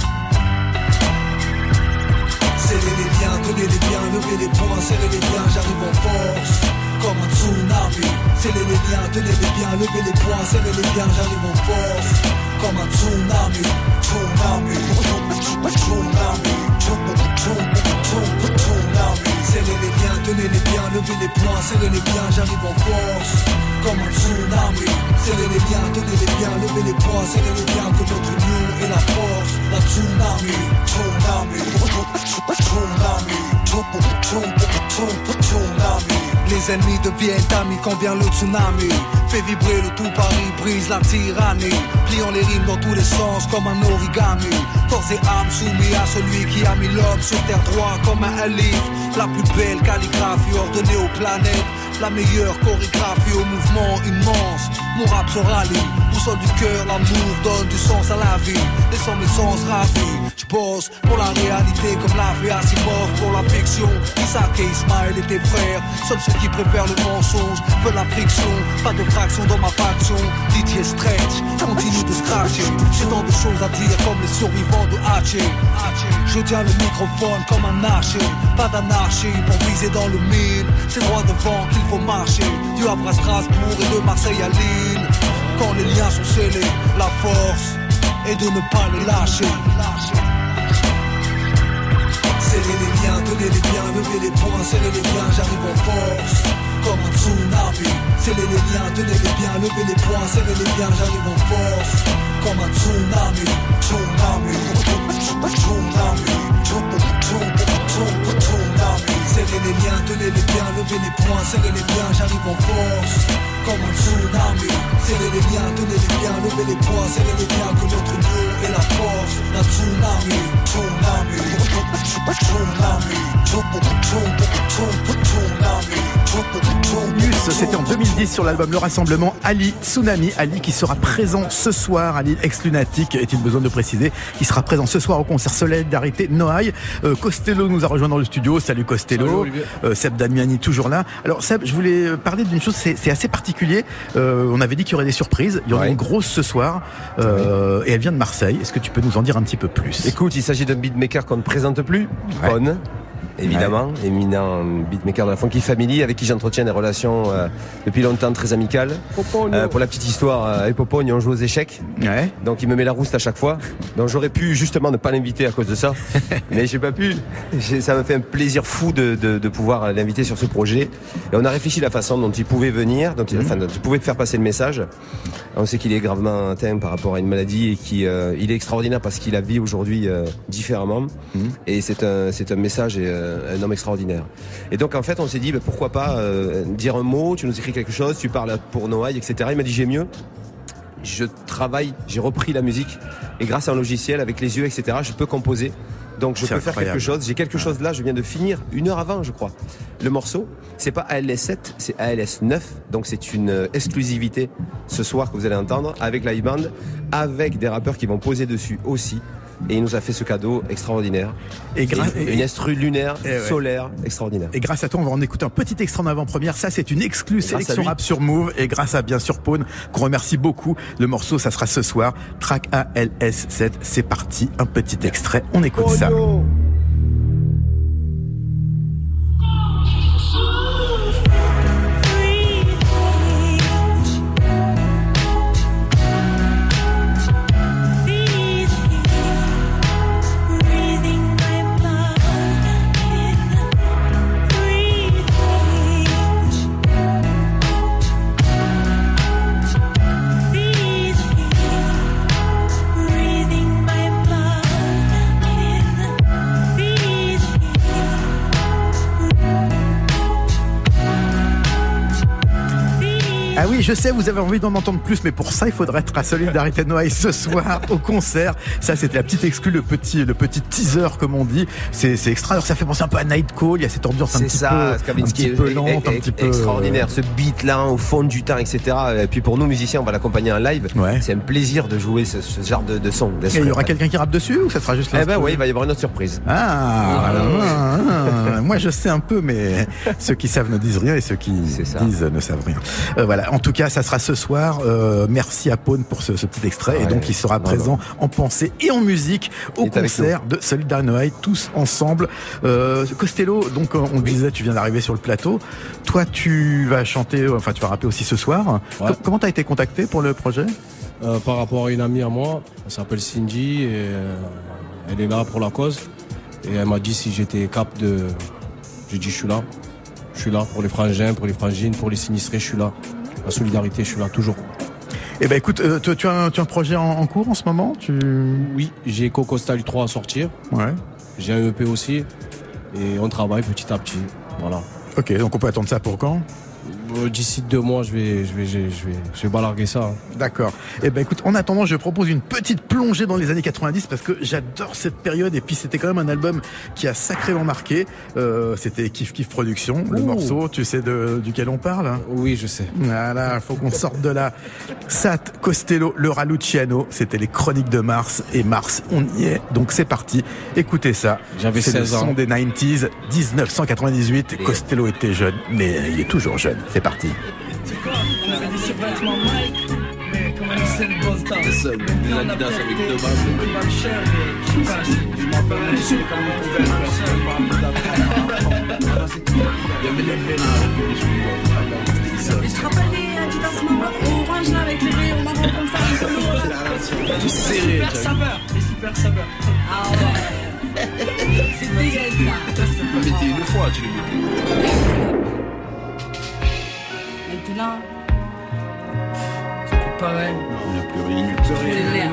Serrez les liens, tenez-les bien, levez les poings, serrez les liens, j'arrive en force, comme un tsunami. Serrez les liens, tenez-les bien, levez les poings, serrez les liens, j'arrive en force, comme un tsunami, tsunami, tsunami, tsunami. Serrez les liens, tenez-les bien, levez les poings, serrez les liens, j'arrive en force, comme un tsunami. Serrez les liens, tenez-les bien, levez les poings, serrez les liens, que notre union est la force, la tsunami, tsunami, tsunami, tsunami. Les ennemis deviennent amis quand vient le tsunami. Fait vibrer le tout Paris, brise la tyrannie. Pliant les rimes dans tous les sens comme un origami. Corps et âme soumis à celui qui a mis l'homme sur terre droit comme un livre. La plus belle calligraphie ordonnée aux planètes. La meilleure chorégraphie au mouvement immense. Mon rap se rallie, boussole du cœur, l'amour donne du sens à la vie. Laissant mes sens ravis, j'bosse pour la réalité comme l'a fait Asimov pour la fiction. Isaac et Ismaël étaient frères, seuls ceux qui préfèrent le mensonge veulent la friction. Pas de fraction dans ma faction, D J Stretch continue de scratcher. J'ai tant de choses à dire comme les survivants de Haché. Je tiens le microphone comme un archer, pas d'anarchie pour viser dans le mille. C'est droit devant qu'il faut marcher, du Havre à Strasbourg et de Marseille à Lille. Quand les liens sont scellés, la force est de ne pas les lâcher. Serrez les liens, tenez-les bien, levez les poings, serrez les liens, j'arrive en force, comme un tsunami. Serrez les liens, tenez-les bien, levez les poings, serrez les liens, j'arrive en force, comme un tsunami, tsunami, tsunami, tsunami. Serrez les liens, tenez-les bien, levez les poings, serrez les liens, j'arrive en force, comme un tsunami. Serrez les liens, tenez-les bien, levez les poings, serrez les liens, que notre union est la force, la tsunami, tsunami, tsunami, tsunami. Mus, c'était en deux mille dix sur l'album Le Rassemblement. Ali Tsunami, Ali qui sera présent ce soir, Ali ex-lunatique, est-il besoin de préciser, qui sera présent ce soir au concert Solidarité Noailles. Euh, Costello nous a rejoint dans le studio. Salut Costello. Salut, euh, Seb Damiani toujours là. Alors Seb, je voulais parler d'une chose, c'est, c'est assez particulier. Euh, on avait dit qu'il y aurait des surprises. Il y en a ouais. une grosse ce soir euh, et elle vient de Marseille. Est-ce que tu peux nous en dire un petit peu plus? Écoute, il s'agit d'un beatmaker qu'on ne présente plus. Ouais. Bonne. Évidemment, ouais. éminent beatmaker de la Funky Family avec qui j'entretiens des relations euh, depuis longtemps très amicales. Euh, pour la petite histoire, euh, avec Popogne, on joue aux échecs. Ouais. Donc il me met la rouste à chaque fois. Donc j'aurais pu justement ne pas l'inviter à cause de ça. Mais j'ai pas pu. J'ai, ça m'a fait un plaisir fou de, de, de pouvoir l'inviter sur ce projet. Et on a réfléchi la façon dont il pouvait venir, dont il, mmh. enfin, dont il pouvait faire passer le message. On sait qu'il est gravement atteint par rapport à une maladie et qu'il euh, il est extraordinaire parce qu'il la vit aujourd'hui euh, différemment. Mmh. Et c'est un, c'est un message et euh, un homme extraordinaire. Et donc en fait on s'est dit bah, pourquoi pas euh, dire un mot, tu nous écris quelque chose, tu parles pour Noailles, et cetera. Il m'a dit j'ai mieux. Je travaille, j'ai repris la musique et grâce à un logiciel avec les yeux, et cetera. Je peux composer. Donc je c'est peux incroyable. Faire quelque chose. J'ai quelque chose là, je viens de finir une heure avant je crois. Le morceau, c'est pas A L S sept, c'est A L S neuf. Donc c'est une exclusivité ce soir que vous allez entendre avec la band, avec des rappeurs qui vont poser dessus aussi. et il nous a fait ce cadeau extraordinaire. Et grâce une instru lunaire, et ouais. solaire, extraordinaire. Et grâce à toi, on va en écouter un petit extrait en avant-première. Ça, c'est une exclue sélection rap sur Move. Et grâce à bien sûr Pone, qu'on remercie beaucoup. Le morceau, ça sera ce soir. Track A L S sept. C'est parti. Un petit extrait. On écoute oh ça. Yo. Ah oui, je sais, vous avez envie d'en entendre plus, mais pour ça, il faudrait être à Solidarité Noailles ce soir au concert. Ça, c'était la petite exclue, le petit, le petit teaser, comme on dit. C'est, c'est extra. Alors, ça fait penser un peu à Nightcall. Il y a cette ambiance un petit ça, peu, un petit peu lente, un petit peu extraordinaire. Ce beat-là, au fond du temps, et cetera. Et puis pour nous, musiciens, on va l'accompagner en live. Ouais. C'est un plaisir de jouer ce, ce genre de, de son. Et il y aura quelqu'un qui rappe dessus ou ça sera juste là? Eh ben oui, il va y avoir une autre surprise. Ah, ah, ah, ah. Moi, je sais un peu, mais ceux qui savent ne disent rien et ceux qui disent ne savent rien. Euh, voilà. En tout cas, ça sera ce soir. Euh, merci à Pone pour ce, ce petit extrait. Ouais, et donc, il sera présent non. en pensée et en musique au il concert de Solidarité Noailles, tous ensemble. Euh, Costello, donc, on le disait, tu viens d'arriver sur le plateau. Toi, tu vas chanter, enfin, tu vas rapper aussi ce soir. Ouais. Com- comment t'as été contacté pour le projet? euh, Par rapport à une amie à moi, elle s'appelle Cindy et euh, elle est là pour la cause. Et elle m'a dit si j'étais cap de... J'ai dit, je suis là. Je suis là pour les frangins, pour les frangines, pour les sinistrés, je suis là. La solidarité, je suis là toujours. Eh ben écoute, euh, tu, tu, as un, tu as un projet en, en cours en ce moment tu... Oui, j'ai Coco Style trois à sortir. Ouais. J'ai un E P aussi. Et on travaille petit à petit. Voilà. Ok, donc on peut attendre ça pour quand ? D'ici deux mois, je vais, je vais, je vais, je vais, je vais balarguer ça. Hein. D'accord. Eh ben, écoute, en attendant, je propose une petite plongée dans les années quatre-vingt-dix parce que j'adore cette période et puis c'était quand même un album qui a sacrément marqué. Euh, c'était Kiff Kiff Production, le Ouh. morceau. Tu sais de, duquel on parle? Oui, je sais. Voilà, faut qu'on sorte de là. Sat, Costello, Laura Luciano, c'était les Chroniques de Mars et Mars, on y est. Donc c'est parti. Écoutez ça. J'avais c'est seize ans. C'est le son des quatre-vingt-dix, dix-neuf cent quatre-vingt-dix-huit. Et... Costello était jeune, mais il est toujours jeune. C'est parti. C'est quoi? On avait dit c'est vêtements Mike, mais comment il sait le boss down? C'est ça, des Adidas avec deux balles. C'est pas cher, mais je passe. Je m'appelle monsieur, comme on pouvait le faire. Il y avait les vélos. Je te rappelle les Adidas marron orange là avec les rayons marron comme ça, un peu lourd. Tout serré. Super saveur, les super saveurs. Ah ouais. C'est dégueulasse ça. Tu le mettais une fois, tu le mettais. Maintenant, c'est plus pareil. On n'a plus rien. C'est l'air,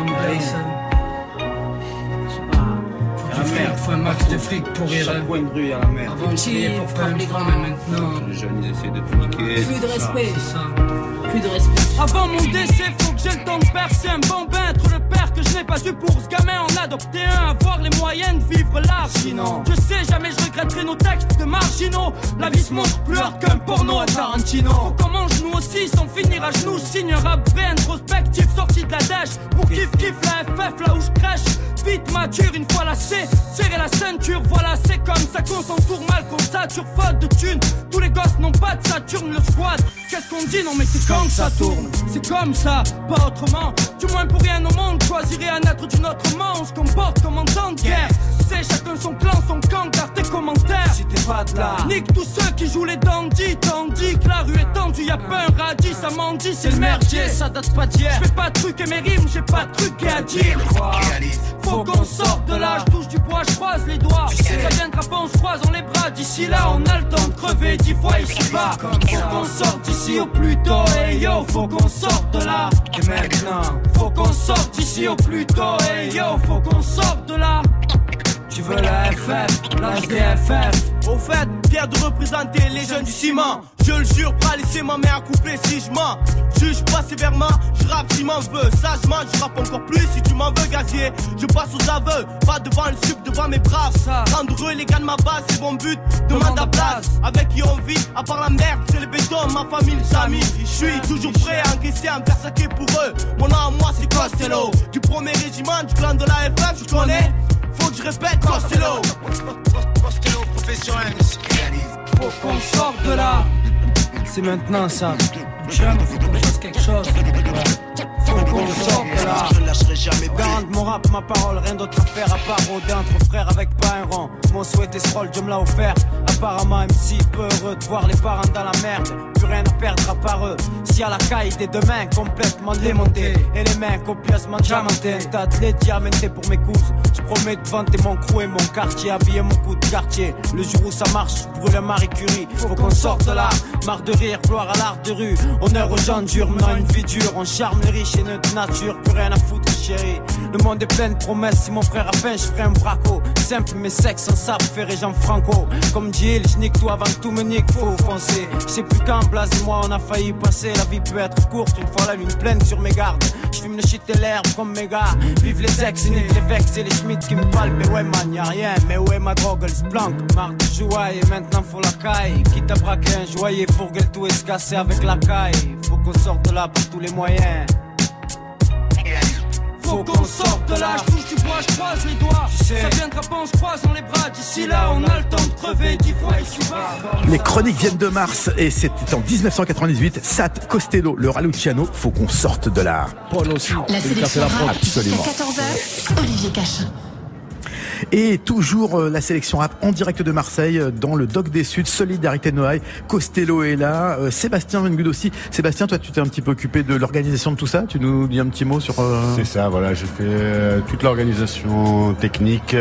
je sais pas. Faut du fric, faut un max de fric pour rire. Chaque coin de rue à la mer. Avant on chier pour faire les grands, mais maintenant. Les jeunes ils essaient de tout niquer. Plus de respect, c'est ça. Plus de respect. Avant mon décès, faut que j'ai le temps de percer un bambin. Être le père que je n'ai pas eu pour ce gamin, en adopter un. Avoir les moyens de vivre là. Sinon, je sais jamais, je regretterai nos textes de marginaux. La vie se montre plus hard qu'un porno à Tarantino. Faut qu'on mange nous aussi sans finir à genoux. Signe un rap vrai, introspectif, sorti de la dèche. Pour kiff kiff la F F là où je crèche. Vite mature une fois lassé, serrer la ceinture. Voilà, c'est comme ça qu'on s'entoure mal, qu'on sature faute de thunes. Tous les gosses n'ont pas de Saturne, le squad. Qu'est-ce qu'on dit? Non mais c'est comme ça tourne. C'est comme ça, pas autrement. Du moins pour rien au monde, choisirais un être d'une autre main. On se comporte comme en temps de guerre. C'est chacun son clan, son camp, garde tes commentaires. Si t'es pas de là, nique tous ceux qui jouent les dandys. Tandis que la rue est tendue, y'a pas un radis. Ça m'en dit, c'est le merdier, ça date pas d'hier. J'fais pas de trucs et mes rimes, j'ai pas de trucs à dire. Faut qu'on sorte de là, j'touche du bois, j'croise les doigts. Ça viendra pas, on se croise dans les bras. D'ici là, on a le temps de crever dix fois ici bas. Faut qu'on sorte d'ici au plus tôt, hey yo, faut qu'on sorte de là. Et maintenant, faut qu'on sorte d'ici au plus tôt, hey yo, faut qu'on sorte de là. Tu veux la F F, la H D F F. Au fait, fier de représenter les jeunes du ciment. Je le jure, pas laisser ma main à couper si je mens. Juge pas sévèrement, je rappe si m'en veux. Sagement, je rappe encore plus si tu m'en veux, gazier. Je passe aux aveux, pas devant le sub, devant mes braves. Rendre heureux les gars de ma base, c'est mon but. Demande à place, avec qui on vit, à part la merde, c'est le béton, ma famille, les amis. Je suis toujours prêt à encaisser, à me faire saquer pour eux. Mon nom à moi, c'est Costello. Du premier régiment, du clan de la F F, je connais. Faut que je répète, Costello. Costello, professionnel. Faut qu'on sorte de là. C'est maintenant ça. Tiens, faut qu'on fasse quelque chose. Faut qu'on sorte de là. Je ne lâcherai jamais. Garante mon rap, ma parole, rien d'autre à faire à part rôder entre frères avec pas un rond. Mon souhait est scroll, Dieu me l'a offert. Apparemment, M C peu heureux de voir les parents dans la merde. Plus rien à perdre à part eux. Si à la caille des deux mains complètement démontées et les mains copieusement diamantées. Un tas de lait diamanté pour mes cousses. Je promets de vanter mon crew et mon quartier, habiller mon coup de quartier. Le jour où ça marche, je brûle un Marie Curie. Faut qu'on sorte de là. Marre de rire, gloire à l'art de rue. Honneur aux gens durs, menant une vie dure. On charme les riches et notre nature. Plus rien à foutre, chérie. Le monde est plein de promesses. Si mon frère a faim, je ferai un braco. Simple mais sec, sans sable, ferré Jean Franco. Comme dit il, je nique tout avant que tout me nique. Faut foncer. Je sais plus quand, Blas et moi on a failli passer. La vie peut être courte, une fois la lune pleine sur mes gardes. Je fume le shit et l'herbe comme mes gars. Vive les ex, nique les vex et les schmitts qui me palpent. Mais ouais man, y'a rien, mais où est ma drogue, elle se planque. Marre de jouer et maintenant faut la caille. Quitte à braquer un joyer, fourguer le tout et se casser avec la caille. Faut qu'on sorte de là par tous les moyens. Faut qu'on sorte de là. Je touche du bois, je croise les doigts. Tu sais. Ça viendra pas, on se croise dans les bras. D'ici là, on a le temps de crever dix fois ici bas. Les chroniques viennent de Mars et c'était en dix-neuf cent quatre-vingt-dix-huit. Sat, Costello, le Raluciano. Faut qu'on sorte de là. Paul aussi. La sélection rap jusqu'à quatorze heures. Olivier Cachin. Et toujours euh, la sélection rap en direct de Marseille euh, dans le Doc des Suds, Solidarité Noailles. Costello est là, euh, Sébastien Vengoud aussi. Sébastien, toi tu t'es un petit peu occupé de l'organisation de tout ça. Tu nous dis un petit mot sur... Euh... C'est ça, voilà, j'ai fait euh, toute l'organisation technique,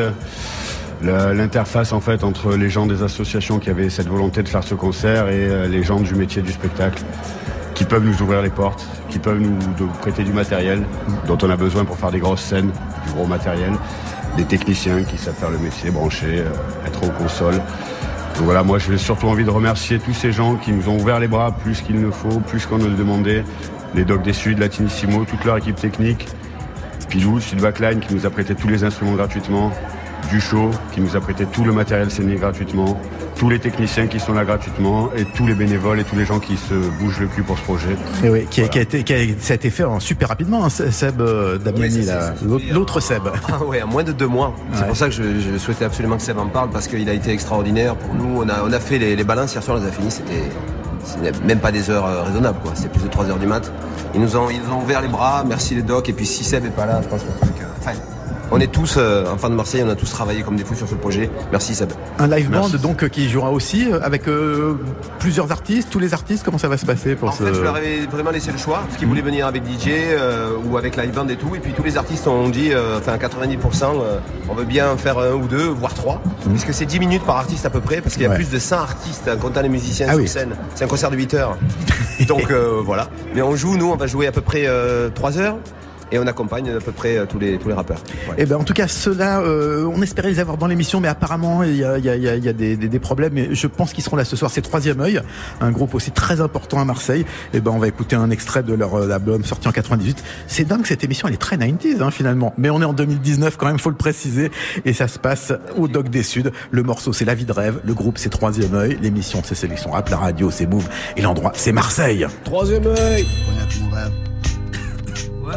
la, l'interface en fait entre les gens des associations qui avaient cette volonté de faire ce concert et euh, les gens du métier du spectacle qui peuvent nous ouvrir les portes, qui peuvent nous de, prêter du matériel dont on a besoin pour faire des grosses scènes, du gros matériel. Des techniciens qui savent faire le métier, brancher, euh, être aux consoles. Donc voilà, moi j'ai surtout envie de remercier tous ces gens qui nous ont ouvert les bras plus qu'il ne faut, plus qu'on nous le demandait. Les Docs des Suds, Latinissimo, toute leur équipe technique. Pilou, Sud Backline qui nous a prêté tous les instruments gratuitement. Duchot qui nous a prêté tout le matériel scénique gratuitement. Tous les techniciens qui sont là gratuitement et tous les bénévoles et tous les gens qui se bougent le cul pour ce projet. Et oui, qui a, voilà. qui a été, qui a, ça a été fait hein, super rapidement, hein, Seb euh, Damiani, oui, là, l'autre, l'autre Seb. Ah ouais, en moins de deux mois. C'est ouais. pour ça que je, je souhaitais absolument que Seb en parle parce qu'il a été extraordinaire pour nous. On a, on a fait les, les balances hier soir, on les a finis, c'était, c'était même pas des heures euh, raisonnables, quoi. C'est plus de trois heures du mat. Ils nous ont, ils nous ont ouvert les bras. Merci les docs. Et puis si Seb est pas là, je pense que le truc. Euh, enfin, on est tous, euh, enfants de Marseille, on a tous travaillé comme des fous sur ce projet. Merci Seb. Un live band donc euh, qui jouera aussi euh, avec euh, plusieurs artistes, tous les artistes. Comment ça va se passer pour En ce... fait, je leur avais vraiment laissé le choix parce qu'ils voulaient venir avec D J euh, ou avec live band et tout. Et puis tous les artistes ont dit, euh, enfin quatre-vingt-dix pour cent, euh, on veut bien faire un ou deux, voire trois, mmh. puisque c'est dix minutes par artiste à peu près, parce qu'il y a ouais. plus de cent artistes, en comptant les musiciens ah sur oui. scène. C'est un concert de huit heures. Donc euh, voilà. Mais on joue, nous, on va jouer à peu près euh, trois heures. Et on accompagne à peu près tous les, tous les rappeurs. Ouais. Et ben, en tout cas, ceux-là, euh, on espérait les avoir dans l'émission, mais apparemment, il y a, il y a, il y a des, des, des problèmes. Et je pense qu'ils seront là ce soir. C'est Troisième Œil, un groupe aussi très important à Marseille. Et ben, on va écouter un extrait de leur euh, album sorti en quatre-vingt-dix-huit. C'est dingue, cette émission, elle est très quatre-vingt-dix, hein, finalement. Mais on est en deux mille dix-neuf, quand même, faut le préciser. Et ça se passe au Doc des Suds. Le morceau, c'est La vie de rêve. Le groupe, c'est Troisième Œil. L'émission, c'est Sélection Rap. La radio, c'est Move. Et l'endroit, c'est Marseille. Troisième Œil. Connaître mon rêve. Ouais.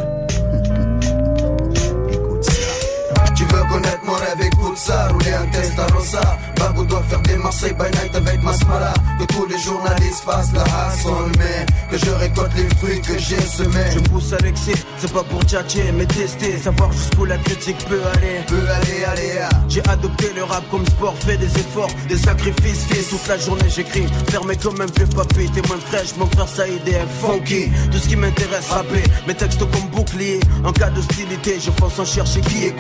Connaître mon rêve, écoute ça, rouler un test à Rosa. Babou doit faire des Marseille by night avec Masmala. Que tous les journalistes fassent la hustle, mais que je récolte les fruits que j'ai semés. Je pousse à l'excès, c'est pas pour tchatcher, mais tester. Savoir jusqu'où la critique peut aller. Peut aller, aller, ah. J'ai adopté le rap comme sport, fait des efforts, des sacrifices, fils. Toute la journée j'écris, fermé comme un vieux papy. T'es moins fraîche, mon frère Saïd est un funky. Tout ce qui m'intéresse, rapper, mes textes comme bouclier. En cas d'hostilité, je fonce en chercher qui est quoi. Je reste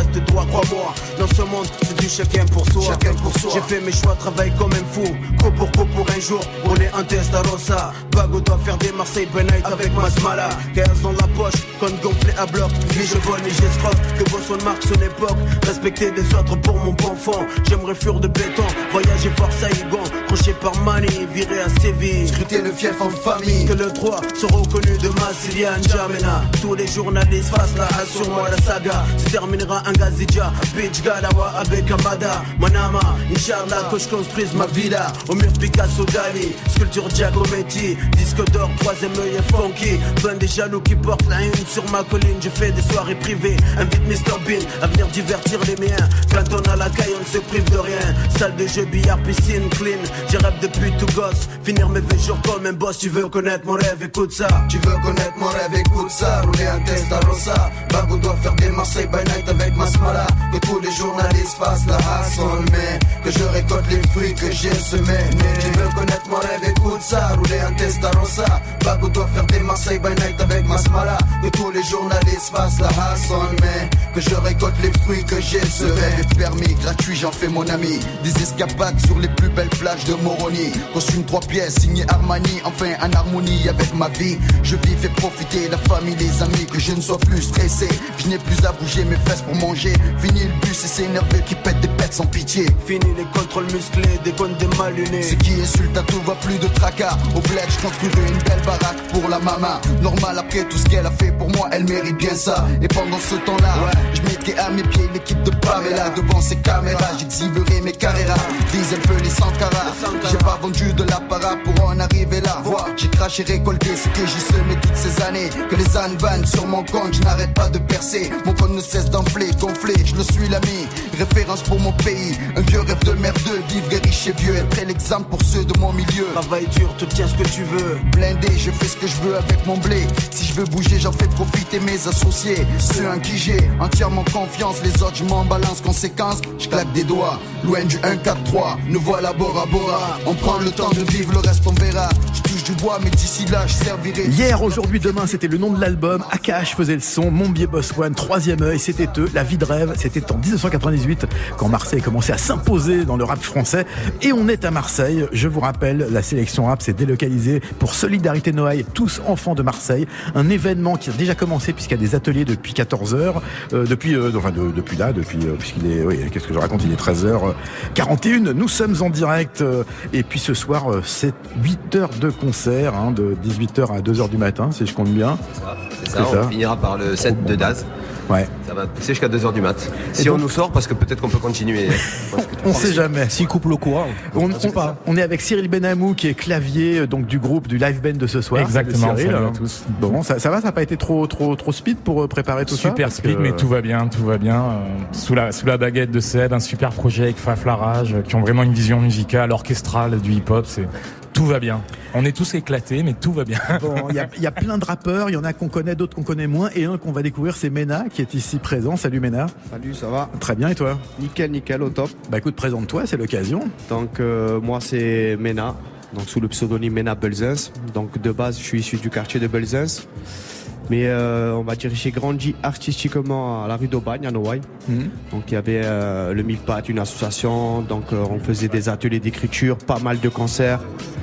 reste droit, crois-moi. Dans ce monde, c'est du chacun pour soi. Chacun pour soi. J'ai fait mes choix, travaille comme un fou. Coup pour coup pour un jour, on est un Testarossa. Bago doit faire des Marseille by night avec Masmala. quinze dans la poche, con gonflé à bloc. Ni je vole, ni j'escroque. Que Boston marque son époque. Respecter des autres pour mon bon fond. J'aimerais fuir de béton. Voyager par Saïgon. Croché par Mani, viré à Séville. Scruter le fief en famille. Que le droit soit reconnu de Massilia N'Djamena. Tous les journalistes fassent la hache sur moi, la saga. Se terminera un Gazidja. Bitch Galawa avec Amada. Manama, Inch'Allah, que je construise ma villa. Au mur Picasso Dali. Sculpture Giacometti. Disque d'or, troisième œil est funky. Plein des jaloux qui portent la une sur ma colline. Je fais des soirées privées. Invite mister Bean à venir divertir les miens. Quand on a la caille, on ne se prive de rien. Salle de jeu, billard, piscine, clean. J'ai rêve depuis tout gosse. Finir mes vieux jours comme un boss. Tu veux connaître mon rêve, écoute ça. Tu veux connaître mon rêve, écoute ça. Rouler un Testarossa. Bago doit faire des Marseille by night avec Masmala. Que tous les journalistes fassent la hassle, mais que je récolte les fruits que j'ai semés. Tu veux connaître mon rêve, écoute ça. Rouler un Testarossa. Bago doit faire des Marseille by night avec Masmala. Que tous les journalistes fassent la hassle, mais que je récolte les fruits que j'ai semés. Les permis gratuits, j'en fais mon ami. Des escapades sur les plus belles plages de Moroni. Costume trois pièces, signé Armani. Enfin en harmonie avec ma vie. Je vis, fais profiter la famille, les amis. Que je ne sois plus stressé. Je n'ai plus à bouger mes fesses pour manger. Fini le bus et c'est nerveux qui pète des pètes sans pitié. Fini les contrôles musclés, des comptes des mal lunés. Ce qui insulte à tout va plus de tracas. Au bled je construirai une belle baraque pour la maman. Normal après tout ce qu'elle a fait pour moi, elle mérite bien ça. Et pendant ce temps-là, ouais, je mettrai à mes pieds l'équipe de Pamela. Devant ses caméras, j'exhiberai mes carreras. Vise un peu les Sankara. J'ai pas vendu de l'apparat pour en arriver là. Vois, j'ai craché, récolté ce que j'ai semé toutes ces années. Que les ânes vannent sur mon compte, je n'arrête pas de percer. Mon compte ne cesse d'enfler, gonfler, je le suis l'ami. Référence pour mon pays, un vieux rêve de merdeux. Vivre riche et vieux, être l'exemple pour ceux de mon milieu. Travaille dur, te tiens ce que tu veux. Blindé, je fais ce que je veux avec mon blé. Si je veux bouger, j'en fais profiter mes associés. Ceux en qui j'ai entièrement confiance. Les autres, je m'en balance, conséquence, je claque des doigts. Loin du un quatre trois, nous voilà Bora Bora. On prend le temps de vivre, le reste on verra. Je touche du bois, mais d'ici là, je servirai. Hier, aujourd'hui, demain, c'était le nom de l'album. Akash faisait le son, Mon Biais Boss One, Troisième œil, c'était eux. La vie de rêve, c'était en dix-neuf cent quatre-vingt-dix-huit quand Marseille commençait à s'imposer dans le rap français. Et on est à Marseille. Je vous rappelle, la sélection rap s'est délocalisée pour Solidarité Noailles, tous enfants de Marseille. Un événement qui a déjà commencé puisqu'il y a des ateliers depuis quatorze heures. Euh, depuis, euh, enfin, de, depuis là, depuis, euh, puisqu'il est, oui, qu'est-ce que je raconte? Il est treize heures quarante et une. Nous sommes en direct. Euh, et puis ce soir, euh, c'est huit heures de concert, hein, de dix-huit heures à deux heures du matin, si je compte bien. C'est ça. C'est ça, on ça. finira par le set de Daz. Ouais. Ça va pousser jusqu'à deux heures du mat. Si donc, on nous sort, parce que peut-être qu'on peut continuer. On sait jamais. S'il coupe le courant. On, on, pas. on est avec Cyril Benamou qui est clavier donc du groupe du live band de ce soir. Exactement. Cyril, salut à tous. Bon, ça, ça va, ça n'a pas été trop trop trop speed pour préparer tout super ça. Super speed, que... mais tout va bien, tout va bien. Euh, sous la sous la baguette de Ced, un super projet avec Faf Larage, qui ont vraiment une vision musicale, orchestrale du hip-hop. C'est tout va bien. On est tous éclatés, mais tout va bien. Bon, il y a, y a plein de rappeurs, il y en a qu'on connaît, d'autres qu'on connaît moins, et un qu'on va découvrir, c'est Mena, qui est ici présent. Salut Mena. Salut, ça va? Très bien, et toi? Nickel, nickel, au top. Bah écoute, présente-toi, c'est l'occasion. Donc euh, moi c'est Mena, donc sous le pseudonyme Mena Belzins. Donc de base, je suis issu du quartier de Belzins. Mais euh, on va dire j'ai grandi artistiquement à la rue d'Aubagne, à Noailles. Mmh. Donc il y avait euh, le Milpat, une association, donc euh, on faisait des ateliers d'écriture, pas mal de concerts.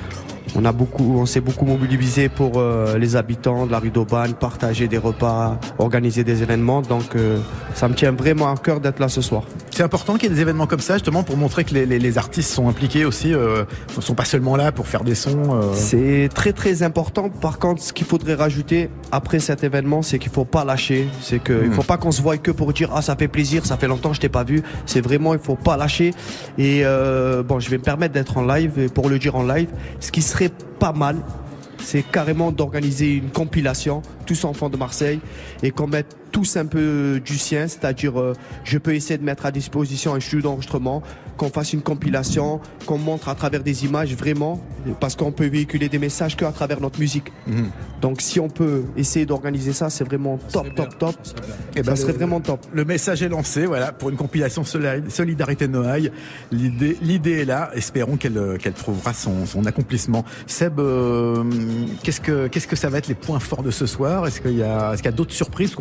On a beaucoup, on s'est beaucoup mobilisé pour euh, les habitants de la rue d'Aubagne, partager des repas, organiser des événements. Donc euh, ça me tient vraiment à cœur d'être là ce soir. C'est important qu'il y ait des événements comme ça, justement, pour montrer que les, les, les artistes sont impliqués aussi, euh, ne sont pas seulement là pour faire des sons. Euh... C'est très très important. Par contre, ce qu'il faudrait rajouter après cet événement, c'est qu'il faut pas lâcher. C'est qu'il mmh. faut pas qu'on se voie que pour dire ah ça fait plaisir, ça fait longtemps que je t'ai pas vu. C'est vraiment il faut pas lâcher. Et euh, bon, je vais me permettre d'être en live et pour le dire en live, ce qui serait pas mal, c'est carrément d'organiser une compilation tous enfants de Marseille et qu'on mette tous un peu du sien, c'est-à-dire euh, je peux essayer de mettre à disposition un studio d'enregistrement, qu'on fasse une compilation, qu'on montre à travers des images vraiment, parce qu'on peut véhiculer des messages qu'à travers notre musique. Mmh. Donc si on peut essayer d'organiser ça, c'est vraiment top, top, top. Et ça ben serait le, vraiment top. Le message est lancé, voilà, pour une compilation Solidarité Noailles. L'idée, l'idée est là. Espérons qu'elle, qu'elle trouvera son, son accomplissement. Seb, euh, qu'est-ce que, qu'est-ce que ça va être les points forts de ce soir? Est-ce qu'il y a, est-ce qu'il y a d'autres surprises? Parce qu'on parlait donc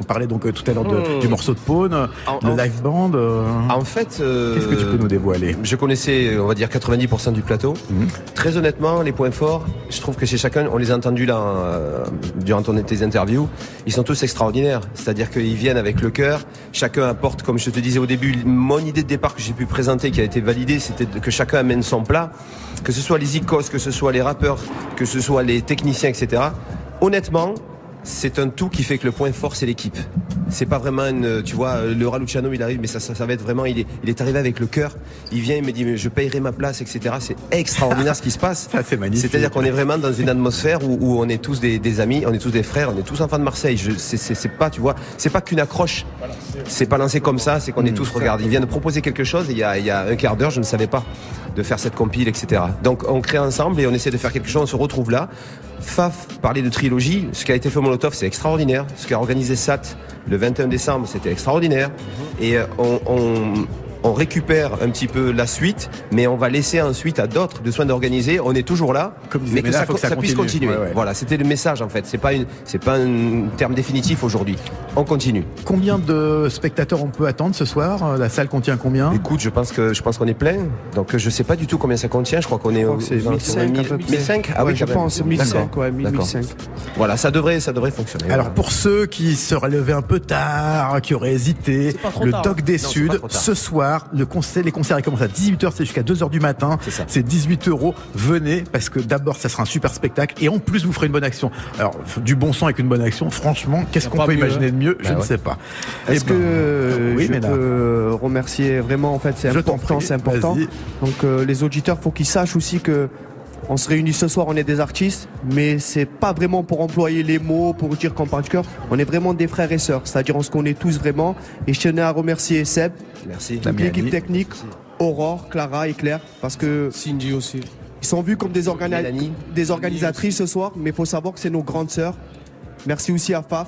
donc tout à l'heure de, Mmh. du morceau de Pone, En- le en- live band. euh, En fait, euh, Qu'est-ce que tu peux nous dévoiler? Je connaissais, on va dire, quatre-vingt-dix pour cent du plateau. Mmh. Très honnêtement, les points forts, je trouve que chez chacun, on les a entendus là euh, durant ton, tes interviews, ils sont tous extraordinaires. C'est-à-dire qu'ils viennent avec le cœur. Chacun apporte, comme je te disais au début, mon idée de départ que j'ai pu présenter, qui a été validée, c'était que chacun amène son plat. Que ce soit les icos, que ce soit les rappeurs, que ce soit les techniciens, et cetera. Honnêtement, c'est un tout qui fait que le point fort, c'est l'équipe. C'est pas vraiment une, tu vois, le Raluciano, il arrive, mais ça, ça, ça va être vraiment, il est, il est arrivé avec le cœur. Il vient, il me dit, mais je payerai ma place, et cetera. C'est extraordinaire ce qui se passe. Ça, c'est magnifique. C'est-à-dire qu'on est vraiment dans une atmosphère où, où on est tous des, des amis, on est tous des frères, on est tous enfants de Marseille. Je, c'est, c'est, c'est pas, tu vois, c'est pas qu'une accroche. C'est pas lancé comme ça, c'est qu'on est tous, regarde, il vient de proposer quelque chose, et il y a, il y a un quart d'heure, je ne savais pas de faire cette compile, et cetera. Donc on crée ensemble et on essaie de faire quelque chose, on se retrouve là. Faf parlait de trilogie, ce qui a été fait au Molotov, c'est extraordinaire. Ce qu'a organisé Sat le vingt et un décembre, c'était extraordinaire. Et euh, on, on, on récupère un petit peu la suite, mais on va laisser ensuite à d'autres de soin d'organiser. On est toujours là, disait mais que Mela, ça, faut que ça ça puisse continue. continuer. Ouais, ouais. Voilà, c'était le message en fait. C'est pas une, c'est pas un terme définitif aujourd'hui. On continue. Combien de spectateurs on peut attendre ce soir? La salle contient combien? Écoute, je pense que je pense qu'on est plein. Donc je sais pas du tout combien ça contient. Je crois qu'on est Je crois au que c'est aux mille cinq à peu près. mille cinq. Ah Ouais, oui, je quand même. pense, mille cinq, D'accord. ouais, mille, D'accord. mille cinq. Voilà, ça devrait, ça devrait fonctionner. Alors Voilà. pour ceux qui seraient levés un peu tard, qui auraient hésité, pas trop le tard. Doc des Non, c'est Suds, pas trop tard. ce soir, le concert, les concerts ils commencent à dix-huit heures, c'est jusqu'à deux heures du matin. C'est dix-huit euros. Venez, parce que d'abord, ça sera un super spectacle. Et en plus, vous ferez une bonne action. Alors, du bon sang avec une bonne action, franchement, qu'est-ce Y a qu'on pas peut mieux, imaginer hein. de mieux? Je Bah ne ouais. sais pas. Est-ce Eh que ben, euh, oui, je mais là- peux remercier vraiment, en fait, c'est Je t'en important, prie, c'est important. vas-y. Donc euh, les auditeurs, faut qu'ils sachent aussi que on se réunit ce soir, on est des artistes, mais c'est pas vraiment pour employer les mots, pour dire qu'on parle du cœur. On est vraiment des frères et sœurs, c'est-à-dire on se connaît tous vraiment. Et je tenais à remercier Seb, Merci. toute l'équipe technique, Aurore, Clara et Claire, parce que Cindy aussi. Ils sont vus comme des, organi- des organisatrices ce soir, mais il faut savoir que c'est nos grandes sœurs. Merci aussi à Faf.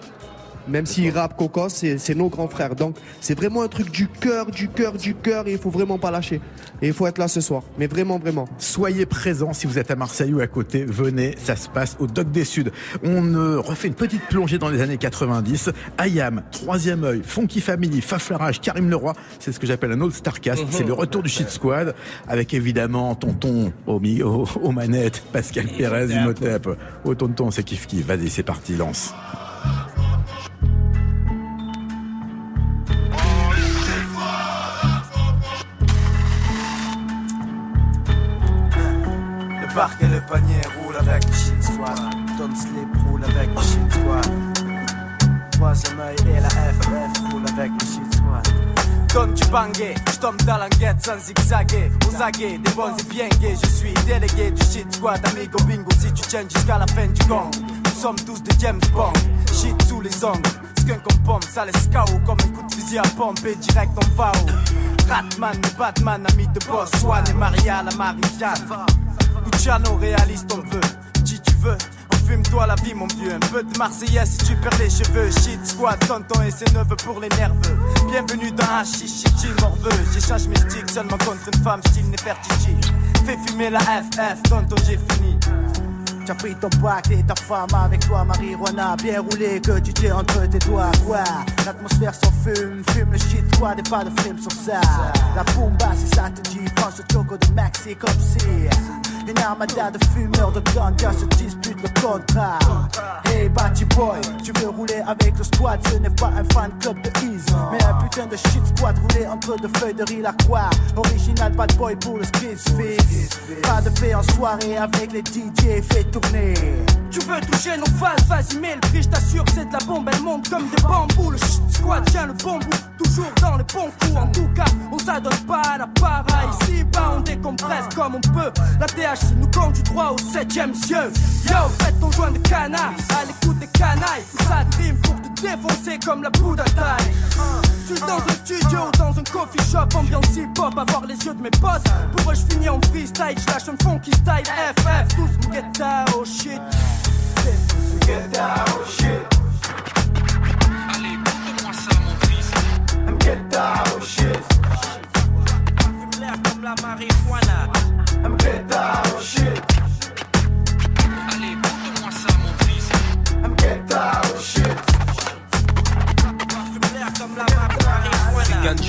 Même s'ils rappent Cocos, c'est c'est nos grands frères. Donc c'est vraiment un truc du cœur, du cœur, du cœur, et il faut vraiment pas lâcher. Et il faut être là ce soir. Mais vraiment, vraiment. Soyez présents si vous êtes à Marseille ou à côté. Venez, ça se passe au Doc des Suds. On euh, refait une petite plongée dans les années quatre-vingt-dix. Ayam, Troisième œil, Funky Family, Faflarage, Karim Leroy. C'est ce que j'appelle un All Star Cast. C'est le retour du Shit Squad avec évidemment Tonton au, mi- au- aux manettes, Pascal Pérez, Imhotep. Oh Tonton, c'est kiff kiff. Vas-y, c'est parti, lance. Le parc et le panier roulent avec le shit squad. Tom Slip roule avec le shit squad. Troisième œil et la F F roule avec le shit squad. Donne du bangé, je tombe dans l'enquête sans zigzaguer. Aux aguets, des bons et bien gays. Je suis délégué du shit squad, amigo bingo. Si tu tiens jusqu'à la fin du gong, nous sommes tous des James Bond. Shit sous les ongles, skunk en pompe, ça laisse K O comme un coup de fusil à pompe et direct on va où Ratman et Batman, ami de boss, Swan et Maria la Marie-Jeanne. Luciano, réaliste on veut, si tu veux. Fume-toi la vie mon vieux, un peu de Marseillaise si tu perds les cheveux. Shit squad, tonton et ses neveux pour les nerveux. Bienvenue dans un chichi, chill morveux. J'échange mes sticks seulement contre une femme, style Nefertiti. Fais fumer la F F, tonton j'ai fini. T'as pris ton pack et ta femme avec toi, marijuana bien roulé que tu t'es entre tes doigts, quoi. L'atmosphère s'en fume, fume le shit squad et pas de film sur ça. La bomba si ça te dit, prends ce choco de Maxi comme si une armada de fumeurs de ganja se dispute le contrat. Hey Batty Boy, tu veux rouler avec le squad, ce n'est pas un fan club de Ease, mais un putain de shit squad roulé entre deux feuilles de riz la croix. Original bad boy pour le Squeeze Fizz. Pas de paix en soirée avec les D J, fais tourner. Tu veux toucher nos phases, vas-y mets le prix, je t'assure c'est de la bombe, elle monte comme des bambous. Le shit squad tient le bon bout, toujours dans les bons coups. En tout cas, on s'adonne pas à la para. Ici bas on décompresse comme on peut. La T H C nous conduit droit au septième cieux. Yo, faites ton joint de canard, à l'écoute des canailles. Ça dream pour te défoncer comme la poudre à taille. Je suis dans un studio, dans un coffee shop, ambiance hip-hop, avoir les yeux de mes potes. Pour eux je finis en freestyle, je lâche un funky style. F F, tous me get down, shit. Get down, shit. Allez, porte-moi ça mon fils. I'm get down, shit. Fume l'air comme la marijuana. I'm get down, shit. Allez, porte-moi ça mon fils. I'm get down, shit.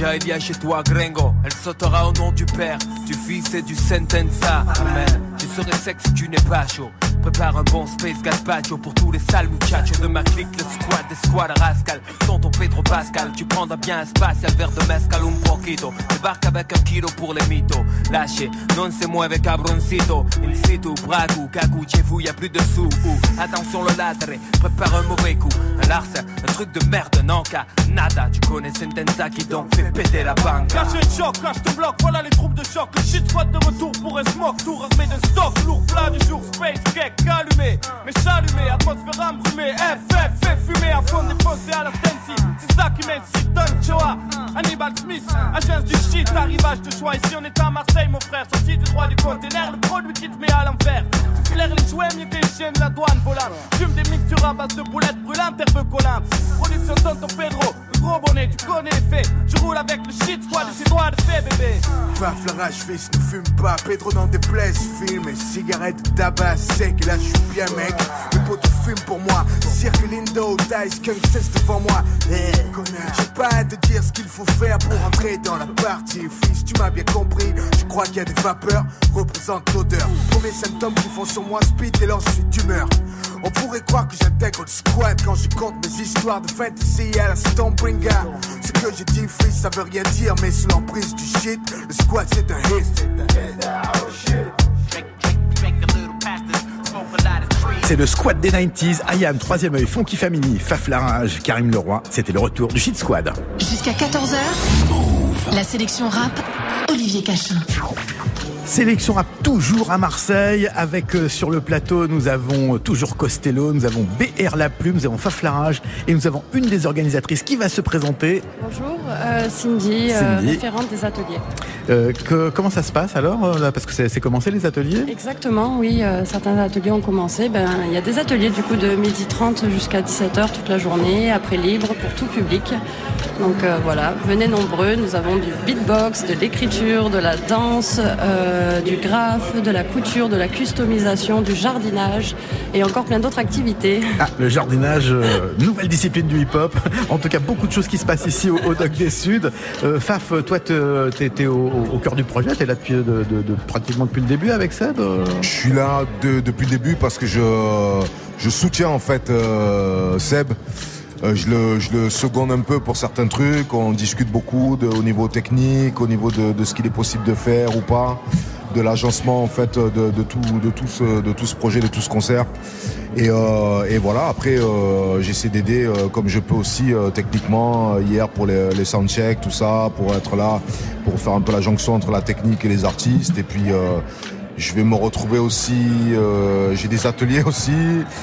là il vient chez toi gringo. Elle sautera au nom du père, du fils et du sentenza. Amen. Je serai sec si tu n'es pas chaud. Prépare un bon space gazpacho pour tous les sales muchachos de ma clique, le squad des squads rascal. Tonton Pedro Pascal, tu prendras bien un spatial, verre de mezcal un poquito. Débarque avec un kilo pour les mythos. Lâchez, non se mueve cabroncito. In situ, bragu, cagou, chez vous y'a plus de sous. Ouh. Attention le ladre, prépare un mauvais coup. Un larcin, un truc de merde, non qu'à nada. Tu connais Sentenza qui donc fait péter la banque. Cache le choc, cache te bloque, voilà les troupes de choc. Le shit squad de retour pour un smoke, tour armé de stock. Lourd plat du jour, space cake. Allumé, mais chalumé, atmosphère embrumée. F, F, fait fumer à fond défoncé à la Stency. C'est ça qui m'incite, Don Choa, Hannibal Smith, agence du shit, arrivage de choix. Ici on est à Marseille mon frère, sorti du droit du container. Le produit qui te met à l'enfer. Tu flaires les jouets, mieux que les chiens de la douane volante. Fume des mixtures à base de boulettes brûlantes, herbe collante. Production Tonton Pedro, le gros bonnet, tu connais les faits. Je roule avec le shit squad et ses doigts de fait bébé. Paf, la rage fils, ne fume pas. Pedro n'en déplaise, film et cigarette, tabac sec. Et là je suis bien mec, mes potes fument pour moi. Circle Indo, Dice, Kung cesse devant moi. Hey, j'ai pas à te dire ce qu'il faut faire pour entrer dans la partie. Fils, tu m'as bien compris, je crois qu'il y a des vapeurs, représente l'odeur. Premier symptôme qui font sur moi speed et alors je suis d'humeur. On pourrait croire que j'intègre le squad quand je compte mes histoires de fantasy à la Stormbringer. Ce que j'ai dit, fils, ça veut rien dire, mais sous l'emprise du shit, le squad c'est un hit. C'est le squad des quatre-vingt-dix, I Am, Troisième œil, Funky Family, Faf Larage, Karim Leroy. C'était le retour du Shit Squad. Jusqu'à quatorze heures, la sélection rap, Olivier Cachin. Sélection rap toujours à Marseille avec euh, sur le plateau nous avons euh, toujours Costello, nous avons B R La Plume, nous avons Faf Larage et nous avons une des organisatrices qui va se présenter. Bonjour, euh, Cindy, euh, Cindy. référente des ateliers. Euh, que, comment ça se passe alors euh, là, parce que c'est, c'est commencé les ateliers? Exactement, oui, euh, certains ateliers ont commencé. Ben, il y a des ateliers du coup de midi trente jusqu'à dix-sept heures toute la journée, après libre pour tout public. Donc euh, voilà, venez nombreux, nous avons du beatbox, de l'écriture, de la danse, euh, du graphe, de la couture, de la customisation, du jardinage et encore plein d'autres activités. Ah, le jardinage, euh, nouvelle discipline du hip-hop. En tout cas, beaucoup de choses qui se passent ici au, au Doc des Suds. Euh, Faf, toi, t'es, t'es au, au cœur du projet, t'es là depuis, de, de, de, pratiquement depuis le début avec Seb euh... Je suis là de, depuis le début parce que je, je soutiens en fait euh, Seb. Euh, je, le, je le seconde un peu pour certains trucs, on discute beaucoup de, au niveau technique, au niveau de, de ce qu'il est possible de faire ou pas, de l'agencement en fait de, de, tout, de, tout ce, de tout ce projet, de tout ce concert. Et, euh, et voilà, après euh, j'essaie d'aider euh, comme je peux aussi euh, techniquement, euh, hier pour les, les soundchecks, tout ça, pour être là, pour faire un peu la jonction entre la technique et les artistes. Et puis euh, je vais me retrouver aussi, euh, j'ai des ateliers aussi.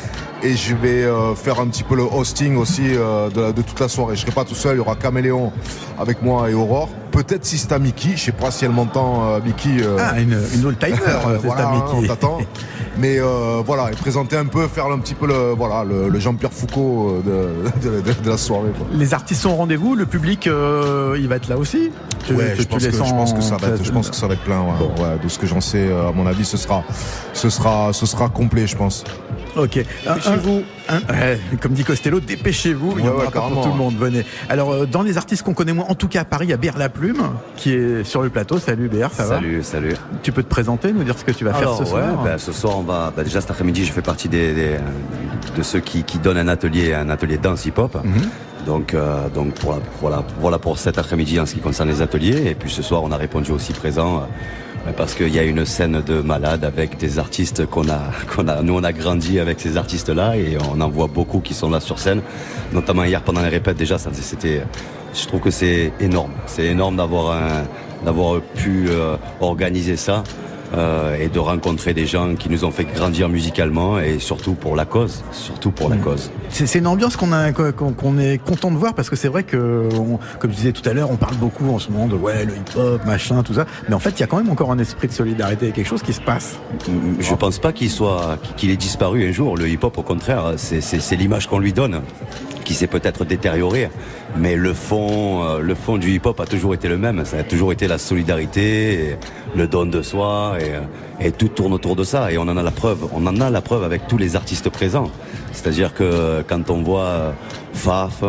Et je vais euh, faire un petit peu le hosting aussi euh, de, de toute la soirée. Je serai pas tout seul, il y aura Caméléon avec moi et Aurore. Peut-être Sista Mickey, je sais pas si elle m'entend, euh, Mickey. Euh... Ah, une, une old-timer, euh, voilà, Sista Mickey. On t'attend. Mais euh, voilà, et présenter un peu, faire un petit peu le, voilà, le, le Jean-Pierre Foucault de, de, de, de la soirée. Quoi. Les artistes sont au rendez-vous, le public, euh, il va être là aussi. Tu, ouais, tu, je, pense que, je pense que ça va être, je pense que ça va être plein. Ouais, bon. ouais, de ce que j'en sais, à mon avis, ce sera, ce sera, ce sera complet, je pense. Ok. Dépêchez-vous. Un, ouais, comme dit Costello, dépêchez-vous. Il y en aura pas pour tout le monde. Venez. Alors, euh, dans les artistes qu'on connaît moins, en tout cas à Paris, il y a B R La Plume qui est sur le plateau. Salut B R, ça va? Salut, salut. Tu peux te présenter, nous dire ce que tu vas Alors, faire ce soir? Ouais, ben, ce soir, on va. Ben, déjà cet après-midi, je fais partie des, des de ceux qui, qui donnent un atelier, un atelier danse hip-hop. Mm-hmm. Donc, euh, donc pour la, voilà, voilà pour cet après-midi en ce qui concerne les ateliers. Et puis ce soir, on a répondu aussi présent. Euh, Parce qu'il y a une scène de malade avec des artistes qu'on a, qu'on a, nous on a grandi avec ces artistes-là et on en voit beaucoup qui sont là sur scène, notamment hier pendant les répètes déjà, ça, c'était, je trouve que c'est énorme, c'est énorme d'avoir un, d'avoir pu euh, organiser ça. Euh, et de rencontrer des gens qui nous ont fait grandir musicalement et surtout pour la cause, surtout pour la mmh. cause. C'est, c'est une ambiance qu'on, a, qu'on, qu'on est content de voir parce que c'est vrai que, on, comme je disais tout à l'heure, on parle beaucoup en ce moment de ouais le hip-hop, machin, tout ça, mais en fait il y a quand même encore un esprit de solidarité et quelque chose qui se passe. Je pense pas qu'il soit, qu'il ait disparu un jour. Le hip-hop, au contraire, c'est, c'est, c'est l'image qu'on lui donne, qui s'est peut-être détériorée, mais le fond, euh, le fond du hip-hop a toujours été le même. Ça a toujours été la solidarité, et le don de soi, et, et tout tourne autour de ça. Et on en a la preuve. On en a la preuve avec tous les artistes présents. C'est-à-dire que quand on voit Faf,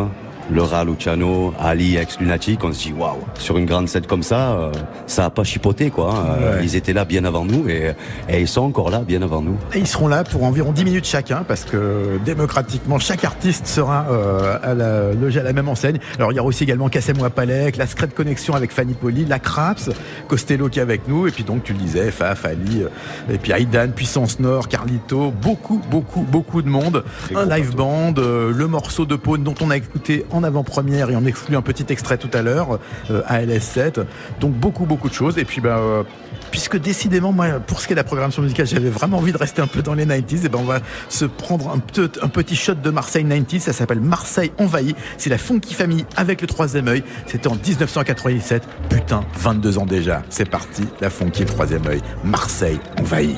Laura, Luciano, Ali, ex-Lunatic, on se dit waouh, sur une grande scène comme ça, euh, ça a pas chipoté quoi. Hein. Ouais. Ils étaient là bien avant nous et, et ils sont encore là bien avant nous. Et ils seront là pour environ dix minutes chacun parce que démocratiquement chaque artiste sera euh, à la, logé à la même enseigne. Alors il y aura aussi également Kassem Wapalek, la Secret Connexion avec Fanny Poli, la Craps, Costello qui est avec nous et puis donc tu le disais, Faf, Ali, et puis Aidan, Puissance Nord, Carlito, beaucoup, beaucoup, beaucoup de monde. Très un live band, euh, le morceau de Pone dont on a écouté en avant-première et on exclut un petit extrait tout à l'heure, euh, A L S sept. Donc beaucoup, beaucoup de choses. Et puis, bah, euh, puisque décidément, moi, pour ce qui est de la programmation musicale, j'avais vraiment envie de rester un peu dans les quatre-vingt-dix, et ben on va se prendre un, peu, un petit shot de Marseille quatre-vingt-dix. Ça s'appelle Marseille envahi. C'est la Funky Family avec le troisième œil. C'était en dix-neuf cent quatre-vingt-dix-sept. Putain, vingt-deux ans déjà. C'est parti, la Funky, le troisième œil. Marseille envahi.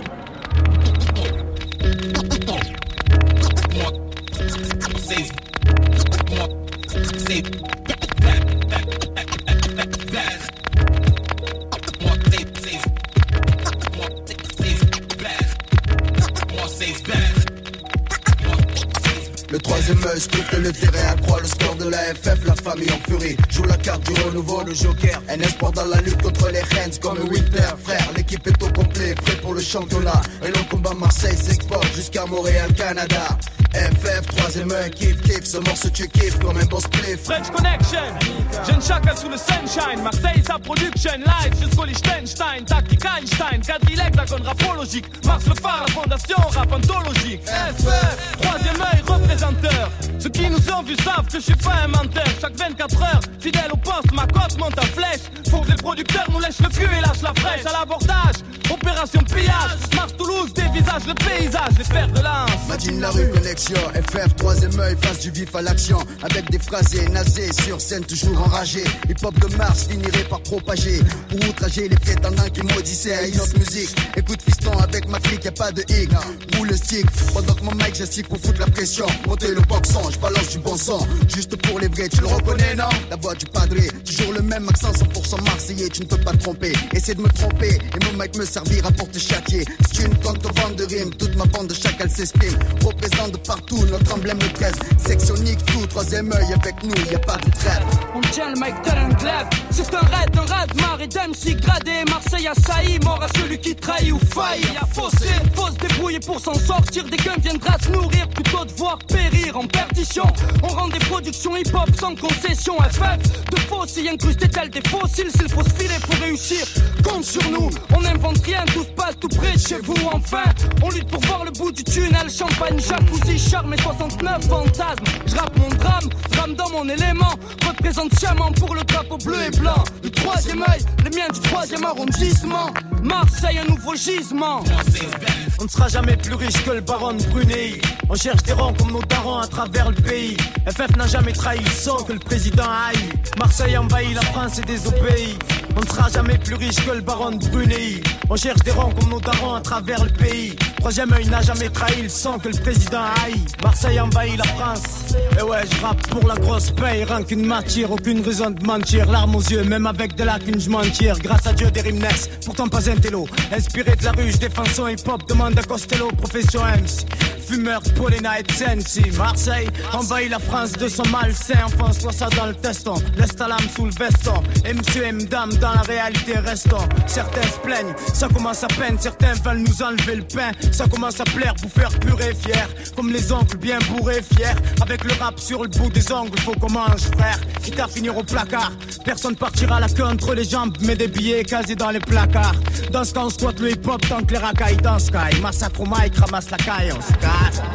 Le troisième œil scrute le terrain, accroît le score de la F F, la famille en furie. Joue la carte du renouveau, le joker. Un espoir dans la lutte contre les Rennes comme Winter. Frère, l'équipe est au complet, prêt pour le championnat. Et le combat Marseille s'exporte jusqu'à Montréal, Canada. F F, troisième œil, kiff, kiff, ce morceau tu kiffes comme un boss play. French Connection, jeune chacal sous le sunshine. Marseille, sa production, live jusqu'au Liechtenstein. Tactique Einstein, quadrille, hexagone rapologique. Mars le phare, la fondation, rap anthologique. F F, troisième œil, représenteur. Ceux qui nous ont vus savent que je suis pas un menteur. Chaque vingt-quatre heures, fidèle au poste, ma cote monte en flèche. Faut que les producteurs nous lèchent le cul et lâchent la fraîche. À l'abordage, opération pillage. Mars Toulouse, dévisage le paysage, les fers de lance. Madine la rue, connexion. F F, troisième œil, face du vif à l'action. Avec des phrasés, nasés, sur scène toujours enragés. Hip-hop de Mars finirait par propager. Pour outrager les prétendants qui maudissaient à une autre musique. Écoute fiston, avec ma flic, y'a pas de hic. Roule le stick, pendant que mon mic j'assis pour foutre la pression. Monter le boxon, j'balance du bon sang. Juste pour les vrais, tu le reconnais non? La voix du padré, toujours le même accent cent pour cent marseillais. Tu ne peux pas te tromper, essaie de me tromper. Et mon mic me servira pour te châtier. Si tu ne comptes vendre de rime, toute ma bande de chacal s'exprime. Représente de partout notre emblème le treize. Sectionnique tout, troisième œil avec nous, y a pas de trêve. On tient le mic tel un glaive. C'est un raid, un raid, marée d'M C gradé. Marseille assailli, mort à celui qui trahit ou faillit. Y'a fossé, faut se débrouiller pour s'en sortir. Des guns viendra se nourrir plutôt de voir périr en perdition. On rend des productions hip-hop sans concession. F F, de fossiles incrustés tels des fossiles. S'il faut se filer pour réussir, compte sur nous. On n'invente rien, tout se passe tout près de chez vous. Enfin, on lutte pour voir le bout du tunnel. Champagne, jacuzzi, charme et soixante-neuf fantasmes. Je rappe mon drame, drame dans mon élément. Représente sciemment pour le drapeau bleu et blanc. Le troisième œil, les miens du troisième arrondissement. Marseille, un nouveau gisement. On ne sera jamais plus riche que le baron de Brunei. On cherche des rangs comme nos darons à travers le pays. F F n'a jamais trahi le sang que le président a haï. Marseille envahit la France et désobéit. On ne sera jamais plus riche que le baron de Brunei. On cherche des rangs comme nos darons à travers le pays. Troisième œil n'a jamais trahi le sang que le président a haï. Marseille envahit la France. Et ouais, je rappe pour la grosse paye. Rien qu'une matière, aucune raison de mentir. Larmes aux yeux, même avec de la qu'une je m'en tire. Grâce à Dieu, des rimes naissent, pourtant pas un télo. Inspiré de la rue, je défends son hip-hop. Demande à Costello, profession M C. Fumeur, Paulina et Sensi. Marseille envahit la France de son malsain. Enfonce-toi ça dans le teston. Laisse ta lame sous le veston. Et monsieur et madame dans la réalité restons. Certains se plaignent, ça commence à peine. Certains veulent nous enlever le pain. Ça commence à plaire pour faire pur et fier. Comme les oncles bien bourrés, fiers. Avec le rap sur le bout des ongles, faut qu'on mange, frère. Quitte à finir au placard. Personne partira la queue entre les jambes. Mais des billets casés dans les placards. Dans ce cas, on squatte le hip-hop tant que les racailles dans Sky. Massacre au mic, ramasse la caille, on se casse.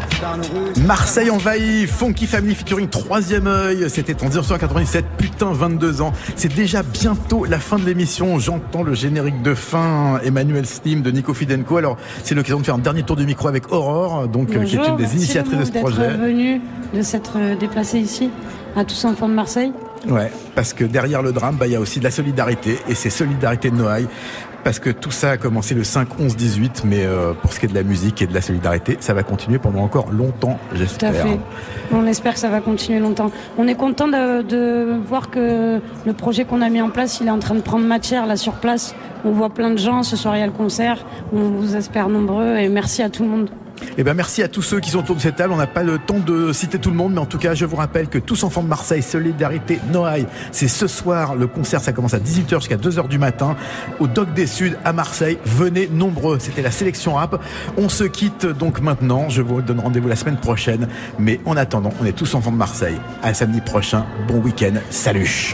Marseille envahit, Funky Family featuring troisième œil. C'était en dix-neuf cent quatre-vingt-dix-sept, putain, vingt-deux ans. C'est déjà bientôt la fin de l'émission. J'entends le générique de fin, Emmanuel Slim de Nico Fidenco. Alors, c'est l'occasion de faire un dernier tour du micro avec Aurore, donc, Bonjour, qui est une des initiatrices de ce projet. Merci venu, de s'être déplacé ici, à Tous Enfants de Marseille. Ouais, parce que derrière le drame, bah, il y a aussi de la solidarité, et c'est Solidarité de Noailles. Parce que tout ça a commencé le cinq, onze, dix-huit, mais euh, pour ce qui est de la musique et de la solidarité, ça va continuer pendant encore longtemps, j'espère. Tout à fait. On espère que ça va continuer longtemps. On est content de, de voir que le projet qu'on a mis en place, il est en train de prendre matière là sur place. On voit plein de gens. Ce soir, il y a le concert. On vous espère nombreux et merci à tout le monde. Eh ben merci à tous ceux qui sont autour de cette table. On n'a pas le temps de citer tout le monde, mais en tout cas, je vous rappelle que Tous Enfants de Marseille, Solidarité Noailles, c'est ce soir. Le concert, ça commence à dix-huit heures jusqu'à deux heures du matin au Doc des Suds à Marseille. Venez nombreux. C'était la sélection rap. On se quitte donc maintenant. Je vous donne rendez-vous la semaine prochaine. Mais en attendant, on est Tous Enfants de Marseille. À samedi prochain. Bon week-end. Salut.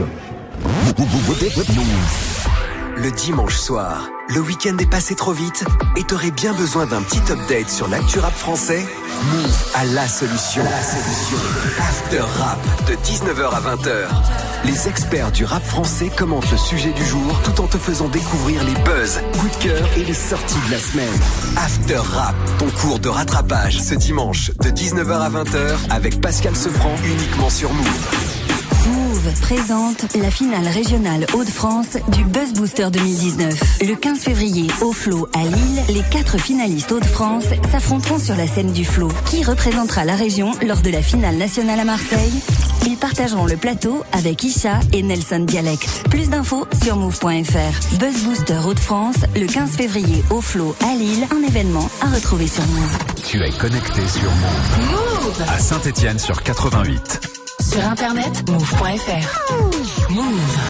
Le dimanche soir, le week-end est passé trop vite et t'aurais bien besoin d'un petit update sur l'actu rap français? Move a la solution. La solution. After Rap de dix-neuf heures à vingt heures. Les experts du rap français commentent le sujet du jour tout en te faisant découvrir les buzz, coups de cœur et les sorties de la semaine. After Rap, ton cours de rattrapage ce dimanche de dix-neuf heures à vingt heures avec Pascal Sefranc uniquement sur Move. Move présente la finale régionale Hauts-de-France du Buzz Booster deux mille dix-neuf. Le quinze février, au Flot à Lille, les quatre finalistes Hauts-de-France s'affronteront sur la scène du Flot. Qui représentera la région lors de la finale nationale à Marseille? Ils partageront le plateau avec Isha et Nelson Dialect. Plus d'infos sur move point f r. Buzz Booster Hauts-de-France, le quinze février, au Flot à Lille, un événement à retrouver sur Move. Tu es connecté sur Move. Move À Saint-Étienne sur quatre-vingt-huit. Sur internet, move point f r. Move.